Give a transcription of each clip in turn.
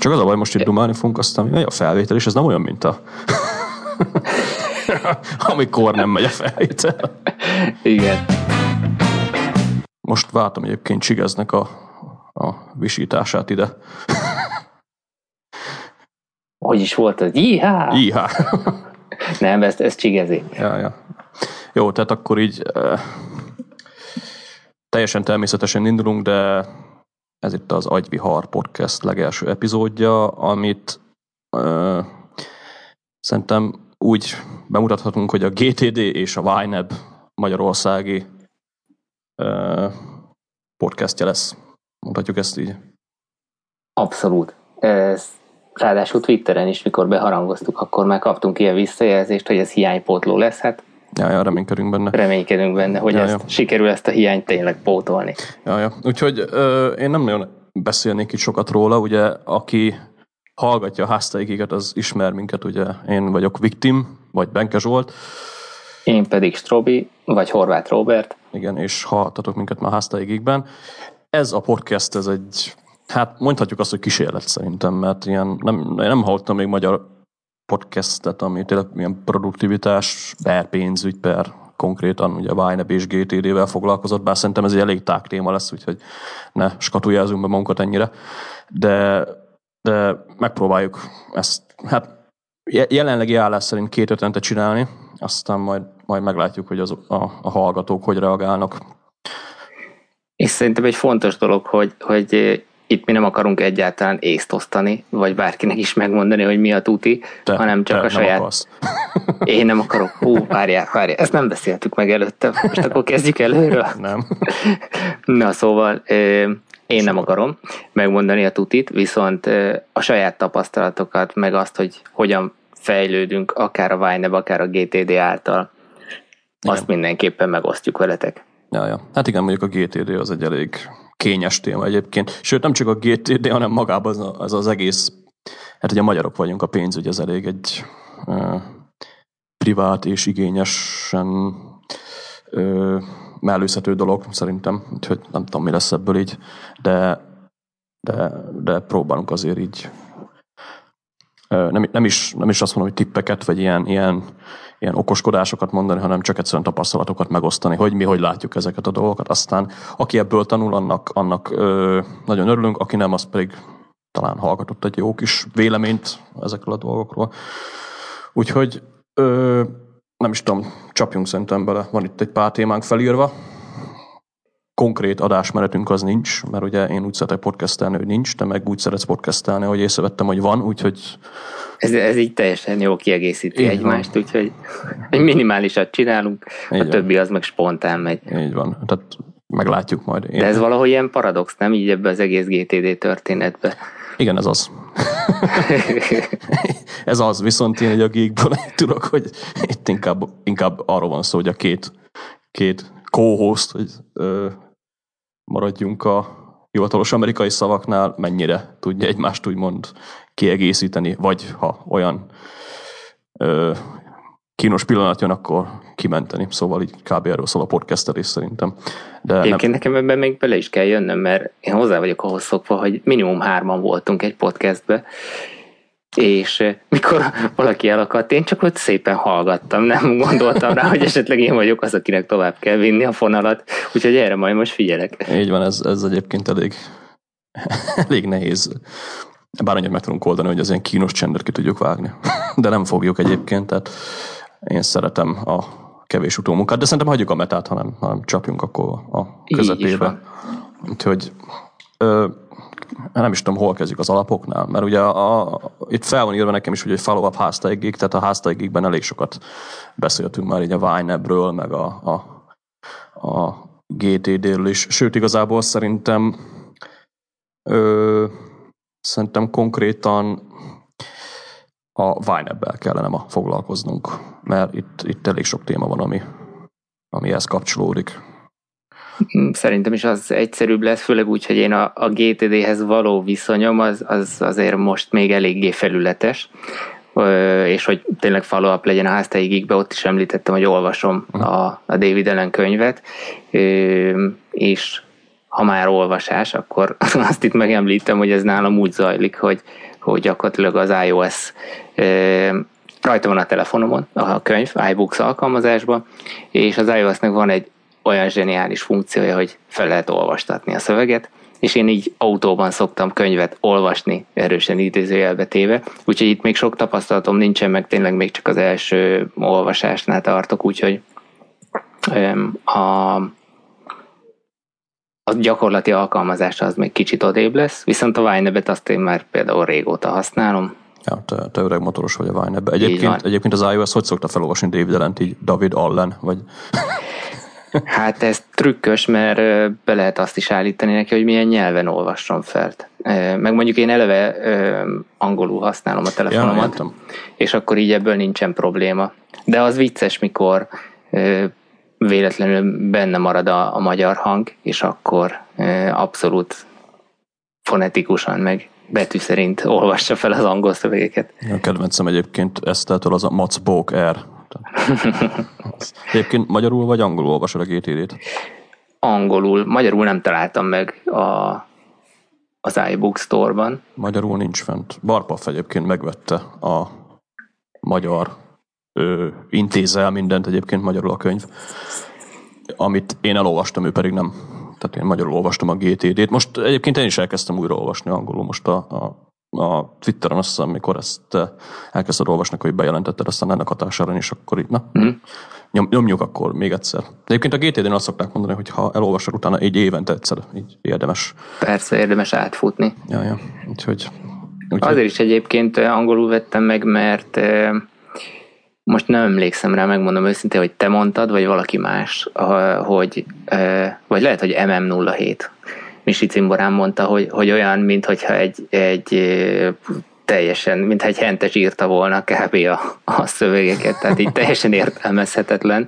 Csak az a baj, most itt dumálni fogunk, aztán jaj, a felvétel, és ez nem olyan, mint a... amikor nem megy a felvétel. Igen. Most vártam egyébként Csigeznek a visítását ide. Hogy is volt az? Jíhá! Jíhá! Nem, ez Csigezi. Ja. Jó, tehát akkor így teljesen természetesen indulunk, de ez itt az Agyvihar Podcast legelső epizódja, amit szerintem úgy bemutathatunk, hogy a GTD és a YNAB magyarországi podcastja lesz. Mondhatjuk ezt így? Abszolút. Ráadásul Twitteren is, mikor beharangoztuk, akkor már kaptunk ilyen visszajelzést, hogy ez hiánypótló lesz. Hát ja, reménykedünk benne, hogy sikerül ezt a hiányt tényleg pótolni. Ja. Úgyhogy én nem nagyon beszélnék itt sokat róla, ugye, aki hallgatja a háztaigiket, az ismer minket, ugye én vagyok Victim, vagy Benke Zsolt. Én pedig Strobi, vagy Horváth Róbert. Igen, és hallgattatok minket már háztaigikben. Ez a podcast, ez egy, hát mondhatjuk azt, hogy kísérlet szerintem, mert ilyen nem hallottam még magyar podcastet, ami tényleg ilyen produktivitás, per pénzügy, per konkrétan ugye YNAB és GTD-vel foglalkozott, bár szerintem ez egy elég tág téma lesz, úgyhogy ne skatujázzunk be magunkat ennyire, de megpróbáljuk ezt, hát jelenlegi állás szerint 2 ötletet csinálni, aztán majd meglátjuk, hogy a hallgatók hogy reagálnak. És szerintem egy fontos dolog, hogy itt mi nem akarunk egyáltalán észt osztani, vagy bárkinek is megmondani, hogy mi a tuti, hanem csak a saját... Én nem akarok. Várjál, ezt nem beszéltük meg előtte. Most akkor kezdjük előről? Nem. Na szóval én nem akarom megmondani a tutit, viszont a saját tapasztalatokat, meg azt, hogy hogyan fejlődünk, akár a YNAB, akár a GTD által, igen, azt mindenképpen megosztjuk veletek. Ja. Hát igen, mondjuk a GTD az egy elég kényes téma egyébként. Sőt, nem csak a GTD, hanem magában az egész, hát ugye magyarok vagyunk, a pénzügy az elég egy privát és igényesen mellőzhető dolog, szerintem. Úgyhogy nem tudom, mi lesz ebből így, de próbálunk azért így nem is azt mondom, hogy tippeket, vagy ilyen okoskodásokat mondani, hanem csak egyszerűen tapasztalatokat megosztani, hogy mi hogy látjuk ezeket a dolgokat. Aztán aki ebből tanul, annak nagyon örülünk, aki nem, az pedig talán hallgatott egy jó kis véleményt ezekről a dolgokról. Úgyhogy nem is tudom, csapjunk szerintem bele. Van itt egy pár témánk felírva. Konkrét adásmenetünk az nincs, mert ugye én úgy szeretek podcastelni, hogy nincs, te meg úgy szeretsz podcastelni, hogy észrevettem, hogy van, úgyhogy... Ez így teljesen jó kiegészíti egymást, úgyhogy minimálisat csinálunk, a többi az meg spontán megy. Így van, tehát meglátjuk majd. De ez valahogy ilyen paradox, nem így ebbe az egész GTD történetbe? Igen, ez az. Ez az, viszont én egy a Geekből tudok, hogy itt inkább arról van szó, hogy a két co-host, hogy maradjunk a hivatalos amerikai szavaknál, mennyire tudja egymást úgymond kiegészíteni, vagy ha olyan kínos pillanat jön, akkor kimenteni. Szóval így kb. Erről szól a podcastelés szerintem. De egyébként nekem ebben még bele is kell jönnöm, mert én hozzá vagyok ahhoz szokva, hogy minimum 3-an voltunk egy podcastbe, és mikor valaki elakadt, én csak ott szépen hallgattam, nem gondoltam rá, hogy esetleg én vagyok az, akinek tovább kell vinni a fonalat, úgyhogy erre majd most figyelek. Így van, ez egyébként elég nehéz. Bár annyit meg tudunk oldani, hogy az ilyen kínos csendet ki tudjuk vágni. De nem fogjuk egyébként, tehát én szeretem a kevés utómunkát, de szerintem hagyjuk a metát, hanem csapjunk akkor a közepébe. Úgyhogy nem is tudom, hol kezdjük az alapoknál, mert ugye itt fel van írva nekem is, hogy egy follow-up háztaigig, tehát a háztaigigben elég sokat beszéltünk már így a YNAB-ről, meg a GTD-ről is. Sőt, igazából szerintem konkrétan a YNAB-bel kellene ma foglalkoznunk, mert itt elég sok téma van, amihez kapcsolódik. Szerintem is az egyszerűbb lesz, főleg úgy, hogy én a GTD-hez való viszonyom az azért most még eléggé felületes, és hogy tényleg follow-up legyen a háztaigikbe, ott is említettem, hogy olvasom a David Allen könyvet, és ha már olvasás, akkor azt itt megemlítem, hogy ez nálam úgy zajlik, hogy hogy gyakorlatilag az iOS rajta van a telefonomon, a könyv, iBooks alkalmazásban, és az iOS-nek van egy olyan zseniális funkciója, hogy fel lehet olvastatni a szöveget, és én így autóban szoktam könyvet olvasni, erősen idézőjelbe téve, úgyhogy itt még sok tapasztalatom nincsen, meg tényleg még csak az első olvasásnál tartok, úgyhogy a gyakorlati alkalmazása az még kicsit odébb lesz, viszont a YNAB-et azt én már például régóta használom. Ja, te öreg motoros vagy a YNAB. Egyébként az iOS hogy szokta felolvasni David Allent, így David Allen, vagy... Hát ez trükkös, mert be lehet azt is állítani neki, hogy milyen nyelven olvasson fel. Meg mondjuk én eleve angolul használom a telefonomat, ja, és akkor így ebből nincsen probléma. De az vicces, mikor véletlenül benne marad a magyar hang, és akkor abszolút fonetikusan meg betű szerint olvassa fel az angol szövegeket. A kedvencem egyébként Eszteltől az a Mac Bók R. Egyébként magyarul vagy angolul olvasod a GTD-t? Angolul. Magyarul nem találtam meg az iBook Store-ban. Magyarul nincs fent. Barpaff egyébként megvette a magyar intézel mindent egyébként magyarul a könyv. Amit én elolvastam, ő pedig nem. Tehát én magyarul olvastam a GTD-t. Most egyébként én is elkezdtem újra olvasni angolul. Most a Twitteren azt hiszem, amikor ezt elkezdted olvasni, hogy bejelentetted, aztán ennek hatására is, akkor így, nyomjuk akkor még egyszer. Egyébként a GTD-n azt szokták mondani, hogy ha elolvasod utána egy évente egyszer, így érdemes. Persze, érdemes átfutni. Ja. Úgyhogy... Azért is egyébként angolul vettem meg, mert most nem emlékszem rá, megmondom őszintén, hogy te mondtad, vagy valaki más, hogy, vagy lehet, hogy MM07. Misi Cimborán mondta, hogy olyan, mintha egy teljesen, mintha egy hentes írta volna kb. A szövegeket, tehát így teljesen értelmezhetetlen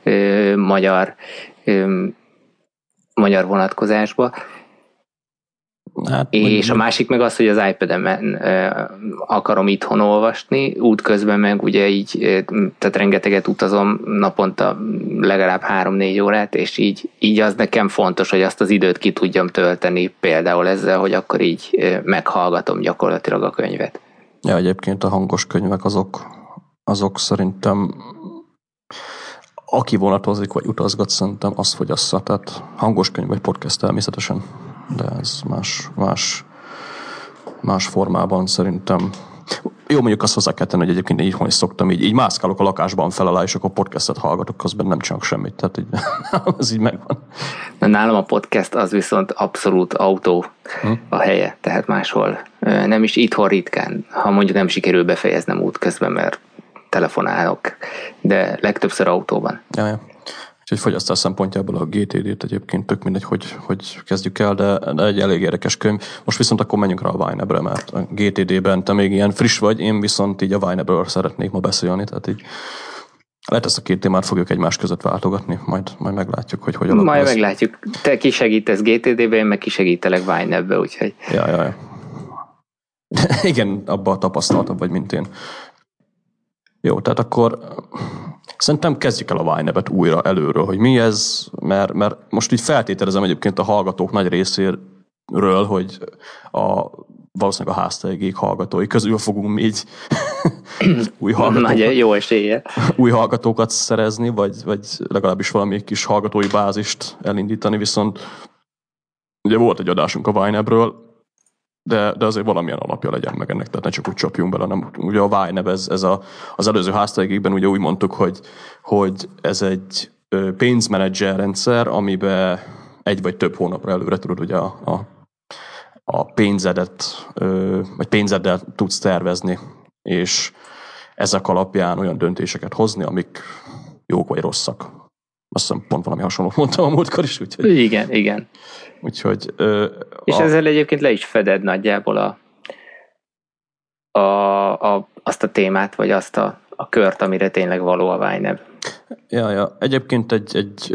magyar vonatkozásba. Hát, és a másik meg az, hogy az iPad-en akarom itthon olvasni, útközben meg ugye így, tehát rengeteget utazom, naponta legalább 3-4 órát, és így az nekem fontos, hogy azt az időt ki tudjam tölteni például ezzel, hogy akkor így meghallgatom gyakorlatilag a könyvet. Ja, egyébként a hangos könyvek azok szerintem aki vonatozik vagy utazgat, szerintem azt fogyassza, tehát hangos könyv vagy podcast természetesen, de ez más formában szerintem. Jó, mondjuk azt hozzá kell tenni, hogy egyébként így is szoktam, így mászkálok a lakásban fel alá, és akkor podcastet hallgatok, közben nem csinálok semmit, tehát így, ez így megvan. Nálam a podcast az viszont abszolút autó a helye, tehát máshol nem is itthon ritkán, ha mondjuk nem sikerül befejeznem útközben, mert telefonálok, de legtöbbször autóban. Ja. Úgyhogy fogyasztás szempontjából a GTD-t egyébként tök mindegy, hogy kezdjük el, de egy elég érdekes könyv. Most viszont akkor menjünk rá a YNAB-re, mert a GTD-ben te még ilyen friss vagy, én viszont így a YNAB-ről szeretnék ma beszélni, tehát így lehet ezt a két témát fogjuk egymás között váltogatni, majd meglátjuk, hogy alakul. Majd meglátjuk. Te kisegítesz GTD-be, én meg kisegítelek YNAB-be, úgyhogy... Ja. Igen, abban tapasztaltabb vagy, mint én. Jó, tehát akkor szerintem kezdjük el a YNAB-et újra előről, hogy mi ez, mert most így feltételezem egyébként a hallgatók nagy részéről, hogy valószínűleg a házteigék hallgatói közül fogunk így új hallgatókat, nagy jó esélye. Új hallgatókat szerezni, vagy legalábbis valami kis hallgatói bázist elindítani, viszont ugye volt egy adásunk a YNAB-ről, de azért valamilyen alapja legyen meg ennek, tehát ne csak úgy csapjunk bele, nem. Ugye a YNAB, az előző házteigékben ugye úgy mondtuk, hogy ez egy pénzmenedzser rendszer, amiben egy vagy több hónapra előre tudod ugye a pénzedet, vagy pénzeddel tudsz tervezni, és ezek alapján olyan döntéseket hozni, amik jók vagy rosszak. Azt hiszem pont valami hasonlót mondtam a múltkor is, úgyhogy... Igen. Úgyhogy... És ezzel egyébként le is feded nagyjából azt a témát, vagy azt a kört, amire tényleg való a YNAB. Ja. Egyébként egy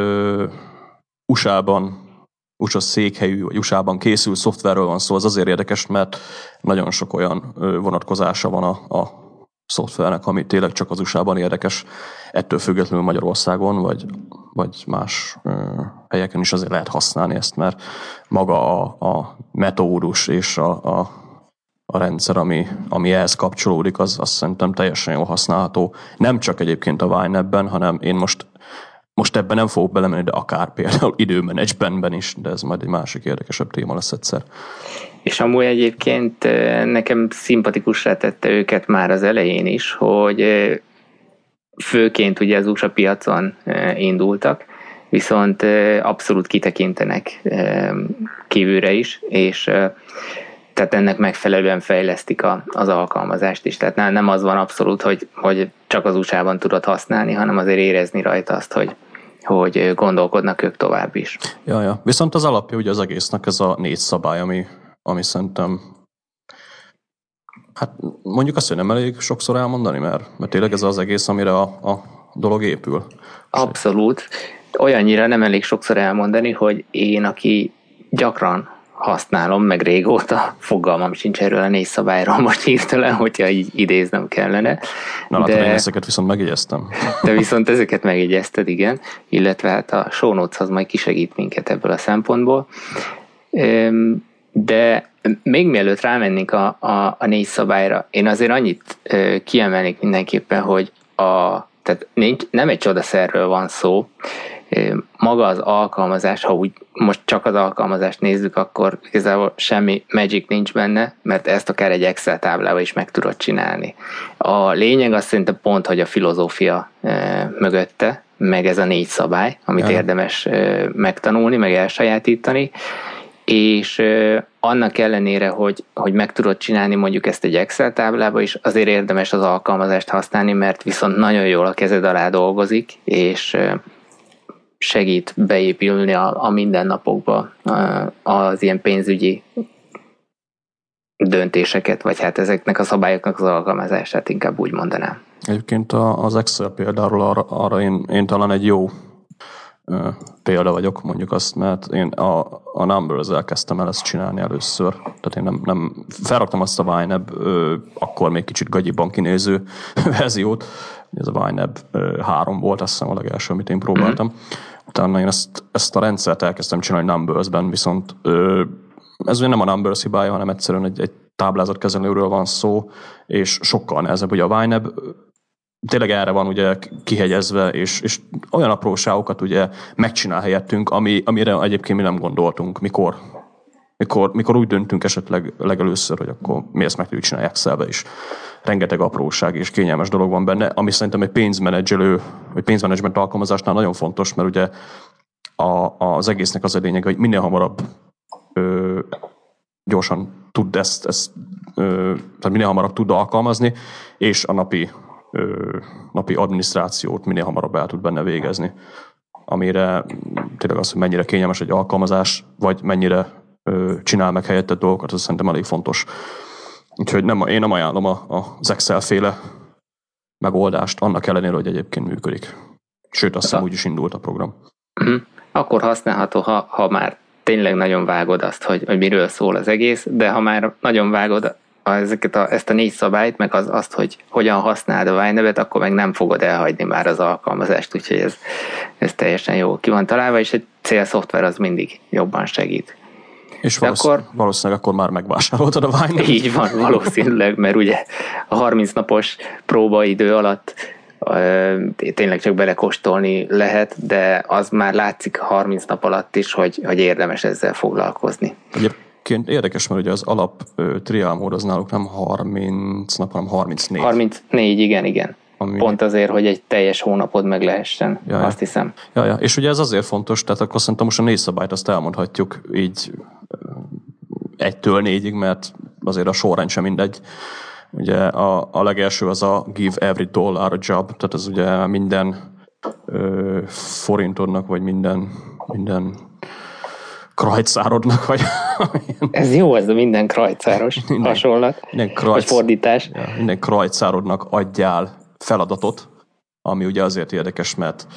USA székhelyű, vagy USA-ban készült szoftverről van szó, az azért érdekes, mert nagyon sok olyan vonatkozása van a szoftvernek, ami tényleg csak az USA-ban érdekes, ettől függetlenül Magyarországon, vagy más helyeken is azért lehet használni ezt, mert maga a metódus és a rendszer, ami ehhez kapcsolódik, az szerintem teljesen jól használható. Nem csak egyébként a YNAB-ben, hanem én most ebben nem fogok belemenni, de akár például időmenedzsmentben is, de ez majd egy másik érdekesebb téma lesz egyszer. És amúgy egyébként nekem szimpatikusra tette őket már az elején is, hogy főként ugye az USA piacon indultak, viszont abszolút kitekintenek kívülre is, és tehát ennek megfelelően fejlesztik az alkalmazást is. Tehát nem az van abszolút, hogy csak az USA-ban tudod használni, hanem azért érezni rajta azt, hogy gondolkodnak ők tovább is. Ja. Viszont az alapja ugye az egésznek ez a 4 szabály, ami szerintem hát mondjuk azt, hogy nem elég sokszor elmondani, mert tényleg ez az egész, amire a dolog épül. Abszolút. Olyannyira nem elég sokszor elmondani, hogy én, aki gyakran használom, meg régóta, fogalmam sincs erről a 4 szabályról most hirtelen, hogyha így idéznem kellene. Na látod, én ezeket viszont megjegyeztem. De viszont ezeket megjegyezted, igen, illetve hát a show notes az majd kisegít minket ebből a szempontból. De még mielőtt rámennénk a 4 szabályra, én azért annyit kiemelnék mindenképpen, hogy tehát nem egy csodaszerről van szó, maga az alkalmazás, ha úgy most csak az alkalmazást nézzük, akkor igazából semmi magic nincs benne, mert ezt akár egy Excel táblával is meg tudod csinálni. A lényeg az szerintem pont, hogy a filozófia mögötte, meg ez a 4 szabály, amit érdemes megtanulni, meg elsajátítani, és annak ellenére, hogy meg tudod csinálni mondjuk ezt egy Excel táblába is, azért érdemes az alkalmazást használni, mert viszont nagyon jól a kezed alá dolgozik, és segít beépülni a mindennapokba az ilyen pénzügyi döntéseket, vagy hát ezeknek a szabályoknak az alkalmazását inkább úgy mondanám. Egyébként az Excel példáról arra én talán egy jó példa vagyok, mondjuk azt, mert én a Numbers-el kezdtem el ezt csinálni először. Tehát én nem felraktam azt a YNAB, akkor még kicsit gagyiban kinéző verziót. Ez a YNAB 3 volt, azt hiszem a legelső, amit én próbáltam. Utána én ezt a rendszert elkezdtem csinálni Numbers-ben, viszont ez ugye nem a Numbers hibája, hanem egyszerűen egy táblázatkezelőről van szó, és sokkal nehezebb. Ugye a YNAB tényleg erre van ugye kihegyezve, és olyan apróságokat ugye megcsinál helyettünk, amire egyébként mi nem gondoltunk, mikor úgy döntünk esetleg legelőször, hogy akkor mi ezt meg tudjuk csinálni Excelbe is. Rengeteg apróság és kényelmes dolog van benne, ami szerintem egy pénzmenedzselő, vagy pénzmenedzsment alkalmazásnál nagyon fontos, mert ugye az egésznek az a lényeg, hogy minél hamarabb gyorsan tud tehát minél hamarabb tud alkalmazni, és a napi adminisztrációt minél hamarabb el tud benne végezni. Amire tényleg az, hogy mennyire kényelmes egy alkalmazás, vagy mennyire csinál meg helyette dolgokat, az szerintem elég fontos. Úgyhogy én nem ajánlom az Excel-féle megoldást, annak ellenére, hogy egyébként működik. Sőt, azt hiszem úgy is indult a program. Akkor használható, ha már tényleg nagyon vágod azt, hogy miről szól az egész, de ha már nagyon vágod ezt a 4 szabályt, meg azt, hogy hogyan használd a YNAB-et, akkor meg nem fogod elhagyni már az alkalmazást, úgyhogy ez teljesen jó ki van találva, és egy célszoftver az mindig jobban segít. És valószínűleg akkor már megvásároltad a YNAB-et. Így van, valószínűleg, mert ugye a 30 napos próbaidő alatt tényleg csak belekóstolni lehet, de az már látszik 30 nap alatt is, hogy érdemes ezzel foglalkozni. Egyébként érdekes, mert ugye az alap trial mód az náluk nem 30 nap, hanem 34. 34, igen. Pont azért, hogy egy teljes hónapod meg lehessen, azt hiszem. Ja. És ugye ez azért fontos, tehát akkor szerintem most a 4 szabályt azt elmondhatjuk így 1-től 4-ig, mert azért a sorrend sem mindegy. Ugye a legelső az a give every dollar a job, tehát ez ugye minden forintodnak, vagy minden krajcárodnak, vagy... Ez jó, ez a minden krajcáros hasonlat, vagy fordítás. Ja, minden krajcárodnak adjál feladatot, ami ugye azért érdekes, mert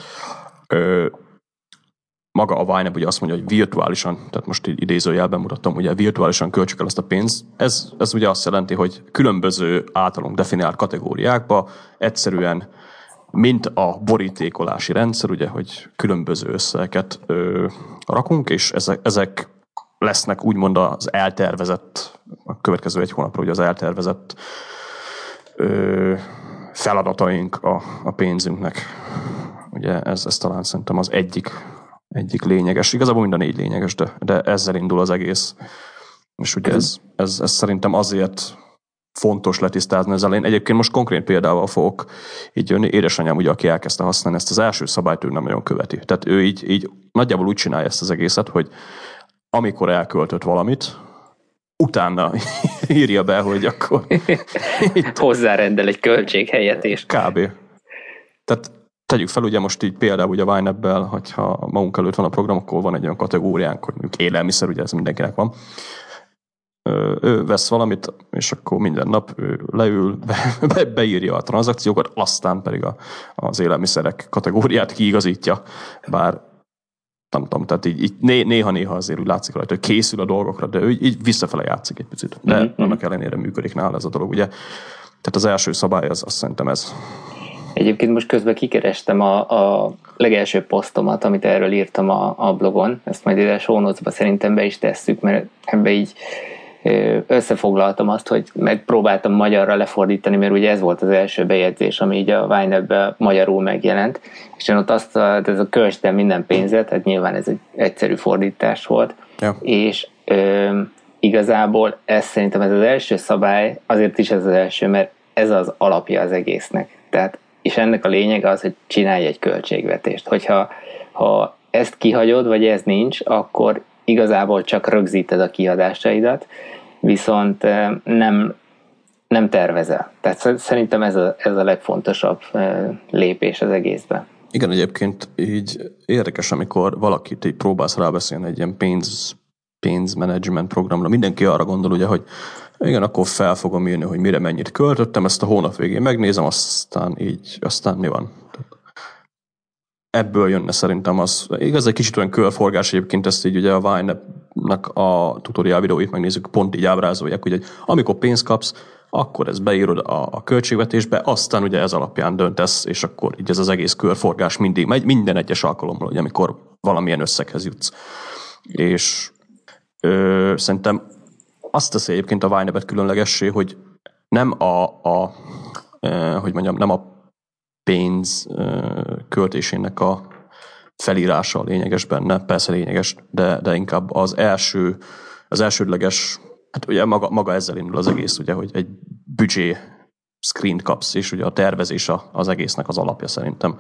maga a YNAB ugye azt mondja, hogy virtuálisan, tehát most így idézőjelben mutattam, ugye virtuálisan költsük el ezt a pénzt. Ez ugye azt jelenti, hogy különböző általunk definiált kategóriákba egyszerűen, mint a borítékolási rendszer, ugye, hogy különböző összegeket rakunk, és ezek lesznek úgymond az eltervezett, a következő 1 hónapra ugye az eltervezett feladataink a pénzünknek. Ugye ez talán szerintem az egyik lényeges. Igazából mind a 4 lényeges, de ezzel indul az egész. És ugye ez szerintem azért fontos letisztázni ezzel. Én egyébként most konkrét példával fogok így jönni. Édesanyám ugye, aki elkezdte használni ezt az első szabályt, ő nem nagyon követi. Tehát ő így nagyjából úgy csinálja ezt az egészet, hogy amikor elköltött valamit, utána írja be, hogy akkor... hozzárendel egy költséghelyet és... Kb. Tehát tegyük fel, ugye most így például ugye a Wine-app-bel, hogyha magunk előtt van a program, akkor van egy olyan kategóriánk, hogy mondjuk élelmiszer, ugye ez mindenkinek van. Ő vesz valamit, és akkor minden nap ő leül, beírja a tranzakciókat, aztán pedig az élelmiszerek kategóriát kiigazítja, bár nem tudom, tehát így néha azért úgy látszik rajta, hogy készül a dolgokra, de ő így visszafele játszik egy picit. De annak ellenére működik nála ez a dolog, ugye. Tehát az első szabály, az azt szerintem ez. Egyébként most közben kikerestem a legelső posztomat, amit erről írtam a blogon, ezt majd ide a show notes-ba szerintem be is tesszük, mert ebbe így összefoglaltam azt, hogy megpróbáltam magyarra lefordítani, mert ugye ez volt az első bejegyzés, ami így a Wine-app-ben magyarul megjelent, és én ott azt, ez a költsd minden pénzet, hát nyilván ez egy egyszerű fordítás volt, ja. És igazából ez szerintem ez az első szabály, azért is ez az első, mert ez az alapja az egésznek. Tehát, és ennek a lényege az, hogy csinálj egy költségvetést. Hogyha ezt kihagyod, vagy ez nincs, akkor igazából csak rögzíted a kiadásaidat, viszont nem tervezel. Tehát szerintem ez a legfontosabb lépés az egészben. Igen, egyébként így érdekes, amikor valakit így próbálsz rábeszélni egy ilyen pénzmenedzsment programra. Mindenki arra gondol, ugye, hogy igen, akkor fel fogom írni, hogy mire mennyit költöttem, ezt a hónap végén megnézem, aztán mi van. Ebből jönne szerintem az. Igaz, egy kicsit olyan körforgás egyébként, ezt így ugye a Wine-nak a tutorial videóit megnézzük, pont így ábrázolják, hogy amikor pénzt kapsz, akkor ezt beírod a költségvetésbe, aztán ugye ez alapján döntesz, és akkor így ez az egész körforgás mindig megy, minden egyes alkalommal, ugye, amikor valamilyen összeghez jutsz. És szerintem azt teszi egyébként a Wine-et különlegessé, hogy nem nem a pénz költésének a felírása a lényeges benne, persze lényeges, de inkább az elsődleges, hát ugye maga ezzel indul az egész, ugye, hogy egy büdzsé screen-t kapsz, és ugye a tervezés az egésznek az alapja szerintem.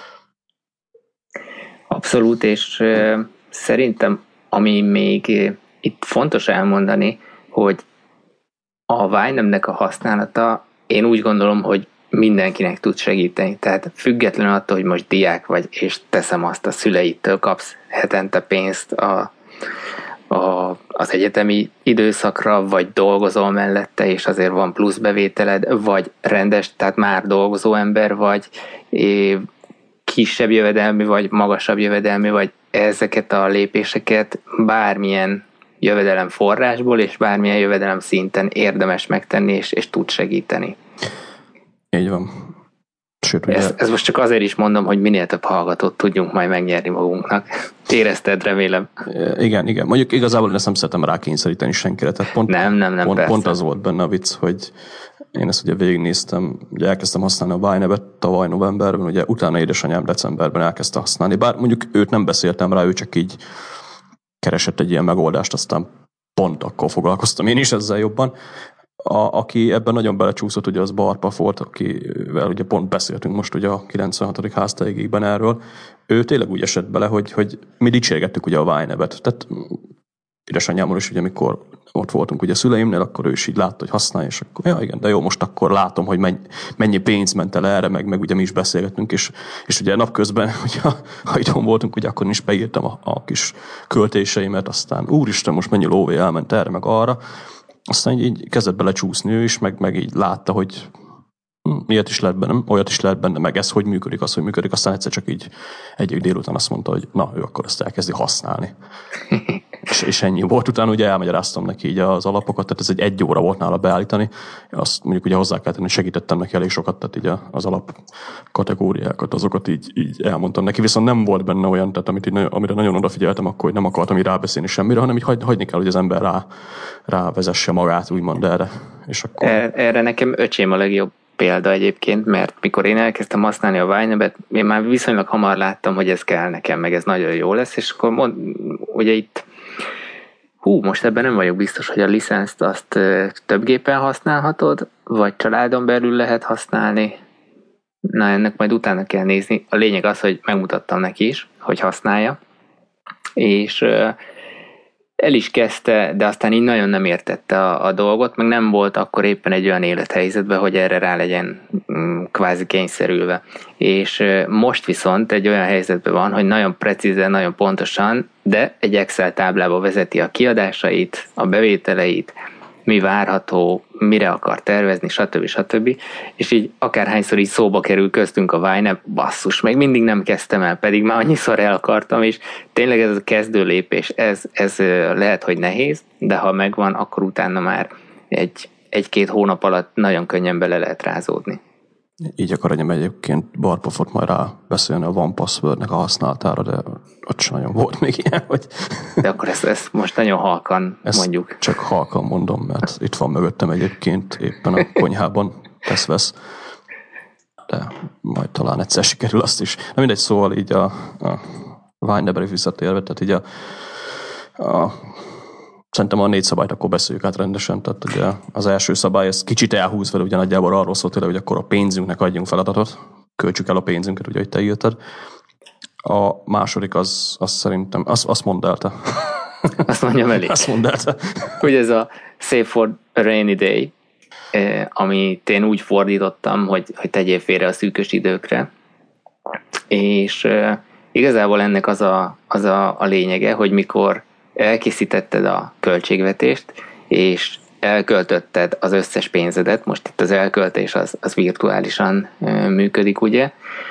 Abszolút, és szerintem ami még itt fontos elmondani, hogy a Wine-nek a használata, én úgy gondolom, hogy mindenkinek tud segíteni. Tehát függetlenül attól, hogy most diák vagy, és teszem azt, a szüleitől kapsz hetente pénzt az egyetemi időszakra, vagy dolgozol mellette, és azért van plusz bevételed, vagy rendes, tehát már dolgozó ember vagy, kisebb jövedelmű, vagy magasabb jövedelmű, vagy ezeket a lépéseket bármilyen jövedelem forrásból, és bármilyen jövedelem szinten érdemes megtenni, és tud segíteni. Így van. Sőt, ez most csak azért is mondom, hogy minél több hallgatót tudjunk majd megnyerni magunknak. Érezted, remélem. Igen. Mondjuk igazából ezt nem szeretem rákényszeríteni senkire. Tehát pont az volt benne a vicc, hogy én ezt ugye végignéztem, ugye elkezdtem használni a Wine-et tavaly novemberben, ugye utána édesanyám decemberben elkezdte használni. Bár mondjuk őt nem beszéltem rá, ő csak így keresett egy ilyen megoldást, aztán pont akkor foglalkoztam én is ezzel jobban. Aki ebben nagyon belecsúszott, ugye az Barpa volt, akivel ugye pont beszéltünk most ugye a 96. háztáigékben erről. Ő tényleg úgy esett bele, hogy mi dicsérgettük ugye a Wine-et. Tehát édesanyámmal is ugye, amikor ott voltunk ugye a szüleimnél, akkor ő is így látta, hogy használja, és akkor ja igen, de jó, most akkor látom, hogy mennyi pénz ment el erre, meg ugye mi is beszélgettünk, és ugye napközben, ugye, ha itthon voltunk, ugye akkor is beírtam a kis költéseimet, aztán úristen, most mennyi lóvé elment erre, meg arra. Aztán így kezdett belecsúszni ő is, meg így látta, hogy ilyet is lehet benne, olyat is lehet benne, meg ez hogy működik, az hogy működik. Aztán egyszer csak így egy délután azt mondta, hogy na, ő akkor ezt elkezdi használni. és ennyi volt. Utána ugye elmagyaráztam neki így az alapokat, tehát ez egy óra volt nála beállítani. Azt mondjuk ugye hozzá kell tenni, hogy segítettem neki elég sokat, tehát így az alap kategóriákat, azokat így elmondtam neki. Viszont nem volt benne olyan, tehát amire nagyon odafigyeltem, akkor hogy nem akartam így rábeszélni semmire, hanem így hagyni kell, hogy az ember rávezesse magát, úgymond erre. És akkor... Erre nekem öcsém a legjobb példa egyébként, mert mikor én elkezdtem használni a YNAB-et, én már viszonylag hamar láttam, hogy ez kell nekem, meg ez nagyon jó lesz, és akkor ugye itt most ebben nem vagyok biztos, hogy a licenszt azt több gépen használhatod, vagy családon belül lehet használni. Na, ennek majd utána kell nézni. A lényeg az, hogy megmutattam neki is, hogy használja, és el is kezdte, de aztán így nagyon nem értette a dolgot, meg nem volt akkor éppen egy olyan élethelyzetben, hogy erre rá legyen kvázi kényszerülve. És most viszont egy olyan helyzetben van, hogy nagyon precízen, nagyon pontosan, de egy Excel táblába vezeti a kiadásait, a bevételeit, mi várható, mire akar tervezni, stb. És így akárhányszor így szóba kerül köztünk a YNAB, basszus, meg mindig nem kezdtem el, pedig már annyiszor el akartam, és tényleg ez a kezdő lépés, ez lehet, hogy nehéz, de ha megvan, akkor utána már egy-két hónap alatt nagyon könnyen bele lehet rázódni. Így akarom egyébként Barpofot majd rá beszélni a OnePassword-nek a használatára, de ott sem nagyon volt még ilyen, hogy... De akkor ezt most nagyon halkan mondjuk. Csak halkan mondom, mert itt van mögöttem egyébként éppen a konyhában tesz-vesz. De majd talán egyszer sikerül azt is. Na mindegy, szóval így a YNAB-re visszatérve, tehát így szerintem a 4 szabályt akkor beszéljük át rendesen. Tehát ugye az első szabály, ez kicsit elhúz vele, ugye nagyjából arról szólt, hogy akkor a pénzünknek adjunk feladatot, költsük el a pénzünket, ugye, hogy te írtad. A második az szerintem, azt mondd el te. Azt mondjam elég. Azt mondd el te. Ugye ez a Save for a Rainy Day, amit én úgy fordítottam, hogy tegyél félre a szűkös időkre. És igazából ennek az a lényege, hogy mikor elkészítetted a költségvetést, és elköltötted az összes pénzedet, most itt az elköltés az virtuálisan működik, ugye,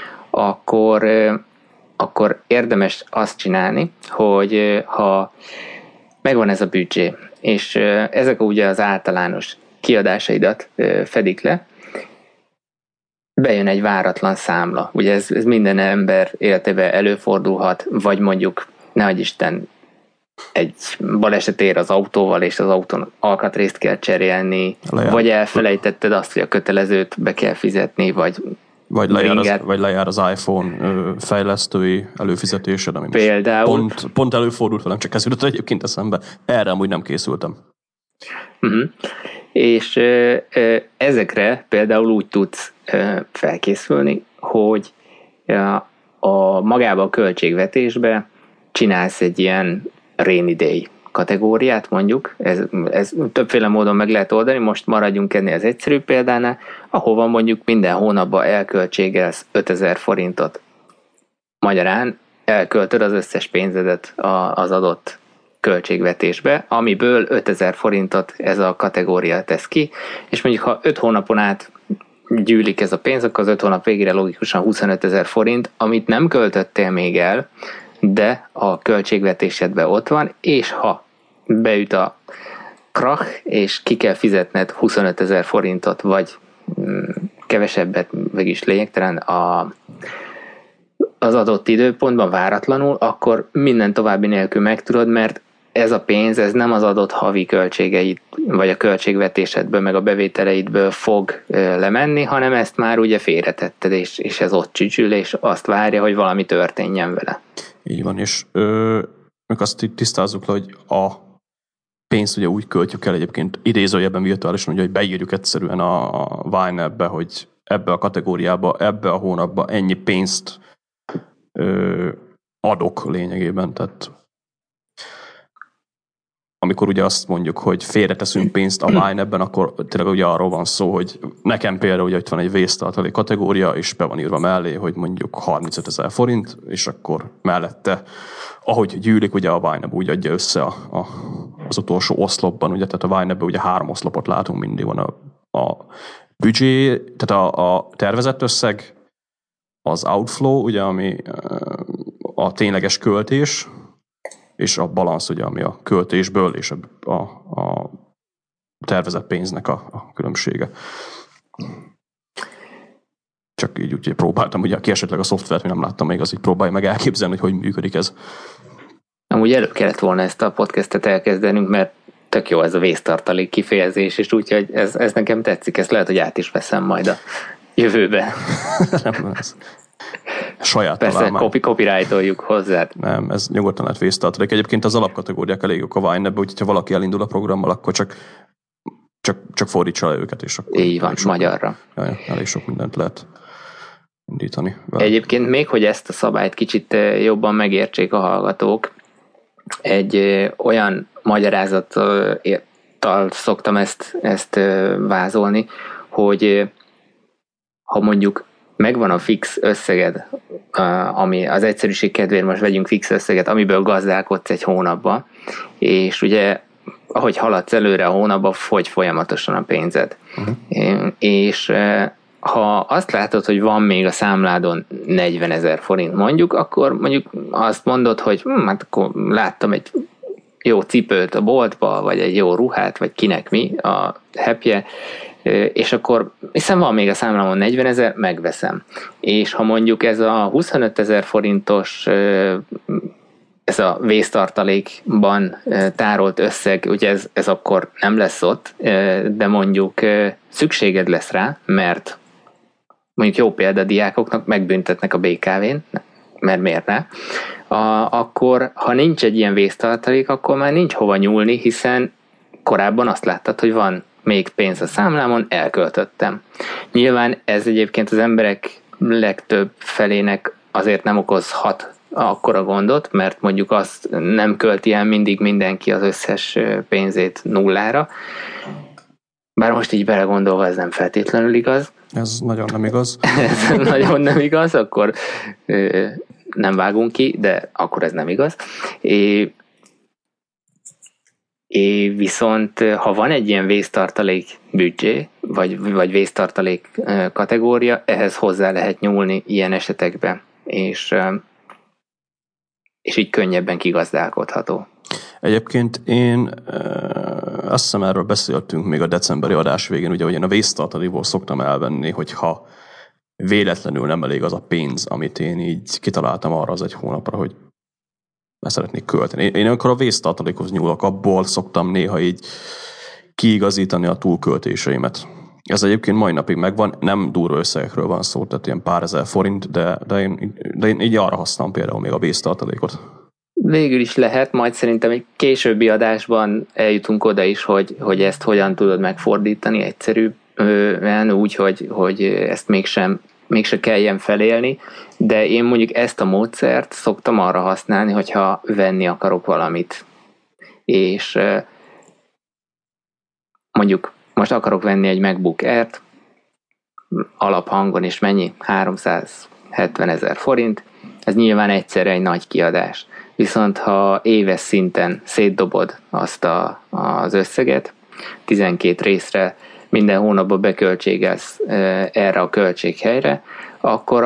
akkor érdemes azt csinálni, hogy ha megvan ez a büdzsé, és ezek ugye az általános kiadásaidat fedik le, bejön egy váratlan számla. Ugye ez minden ember életében előfordulhat, vagy mondjuk, nehogy Isten, egy baleset ér az autóval, és az autón alkatrészt kell cserélni, vagy elfelejtetted azt, hogy a kötelezőt be kell fizetni, vagy lejár az iPhone fejlesztői előfizetésed, ami például pont előfordult velem, csak ez jutott egyébként eszembe. Erre amúgy nem készültem. Uh-huh. És ezekre például úgy tudsz felkészülni, hogy magába a költségvetésbe csinálsz egy ilyen rainy day kategóriát, mondjuk. Ez többféle módon meg lehet oldani, most maradjunk ennél az egyszerű példánál, ahova mondjuk minden hónapban elköltségelsz 5000 forintot. Magyarán elköltöd az összes pénzedet az adott költségvetésbe, amiből 5000 forintot ez a kategória tesz ki, és mondjuk ha 5 hónapon át gyűlik ez a pénz, akkor az 5 hónap végére logikusan 25 000 forint, amit nem költöttél még el, de a költségvetésedben ott van, és ha beüt a krach, és ki kell fizetned 25 000 forintot, vagy kevesebbet, vagyis lényegtelen az adott időpontban váratlanul, akkor minden további nélkül megtudod, mert ez a pénz, ez nem az adott havi költségeit, vagy a költségvetésedből, meg a bevételeidből fog lemenni, hanem ezt már ugye félretetted, és ez ott csücsül, és azt várja, hogy valami történjen vele. Így van, és meg azt tisztázzuk le, hogy a pénzt ugye úgy költjük el egyébként idézőjelben virtuálisan, ugye, hogy beírjuk egyszerűen a YNAB-be, hogy ebbe a kategóriába, ebbe a hónapba ennyi pénzt adok lényegében, tehát amikor ugye azt mondjuk, hogy félreteszünk pénzt a YNAB-ben, akkor tényleg ugye arról van szó, hogy nekem például ugye itt van egy vésztartalék kategória, és be van írva mellé, hogy mondjuk 35 000 forint, és akkor mellette, ahogy gyűlik, ugye a YNAB úgy adja össze az utolsó oszlopban, ugye, tehát a YNAB-ben ugye 3 oszlopot látunk, mindig van a büdzsé, tehát a tervezett összeg, az outflow, ugye, ami a tényleges költés, és a balansz, ugye, ami a költésből és a tervezett pénznek a különbsége. Csak így úgy próbáltam, ugye aki esetleg a szoftvert nem láttam még, az így próbálja meg elképzelni, hogy működik ez. Amúgy előbb kellett volna ezt a podcastet elkezdenünk, mert tök jó ez a vésztartalék kifejezés, és úgyhogy ez nekem tetszik, ezt lehet, hogy át is veszem majd a jövőbe. Nem, ez saját persze, találmány. copyrightoljuk hozzá. Nem, ez nyugodtan lehet vésztartalék. Egyébként az alapkategóriák elég jók a Wine-be, úgyhogy ha valaki elindul a programmal, akkor csak fordítsa le őket, és akkor... Így van, magyarra. Elég sok mindent lehet indítani. Egyébként még, hogy ezt a szabályt kicsit jobban megértsék a hallgatók, egy olyan magyarázattal szoktam ezt vázolni, hogy ha mondjuk megvan a fix összeged, ami az egyszerűség kedvéért most vegyünk fix összeget, amiből gazdálkodsz egy hónapban, és ugye ahogy haladsz előre a hónapban, fogy folyamatosan a pénzed. És ha azt látod, hogy van még a számládon 40 000 forint mondjuk, akkor mondjuk azt mondod, hogy hát akkor láttam egy jó cipőt a boltba, vagy egy jó ruhát, vagy kinek mi a happy-je, és akkor hiszen van még a számlámon 40 000, megveszem. És ha mondjuk ez a 25 000 forintos ez a vésztartalékban tárolt összeg, ugye ez akkor nem lesz ott, de mondjuk szükséged lesz rá, mert mondjuk jó példa, diákoknak megbüntetnek a BKV-n, mert miért ne? Akkor, ha nincs egy ilyen vésztartalék, akkor már nincs hova nyúlni, hiszen korábban azt láttad, hogy van még pénz a számlámon, elköltöttem. Nyilván ez egyébként az emberek legtöbb felének azért nem okozhat akkora gondot, mert mondjuk azt nem költi el mindig mindenki az összes pénzét nullára. Bár most így belegondolva ez nem feltétlenül igaz. Ez nagyon nem igaz. Ez nagyon nem igaz, akkor nem vágunk ki, de akkor ez nem igaz. Viszont ha van egy ilyen vésztartalék büdzsé, vagy vésztartalék kategória, ehhez hozzá lehet nyúlni ilyen esetekben, és így könnyebben kigazdálkodható. Egyébként én azt hiszem erről beszéltünk még a decemberi adás végén, ugye, hogy én a vésztartalékból szoktam elvenni, hogyha véletlenül nem elég az a pénz, amit én így kitaláltam arra az egy hónapra, hogy szeretnék költeni. Én amikor a vésztartalékhoz nyúlok, abból szoktam néha így kiigazítani a túlköltéseimet. Ez egyébként mai napig megvan, nem durva összegekről van szó, tehát ilyen pár ezer forint, de én így arra használom például még a vésztartalékot. Végül is lehet, majd szerintem egy későbbi adásban eljutunk oda is, hogy ezt hogyan tudod megfordítani egyszerűen úgy, hogy ezt mégse kelljen felélni, de én mondjuk ezt a módszert szoktam arra használni, hogyha venni akarok valamit. És mondjuk most akarok venni egy MacBook Air-t, alaphangon, és mennyi? 370 000 forint. Ez nyilván egyszerre egy nagy kiadás. Viszont ha éves szinten szétdobod azt az összeget, 12 részre minden hónapban beköltségelsz erre a költséghelyre, akkor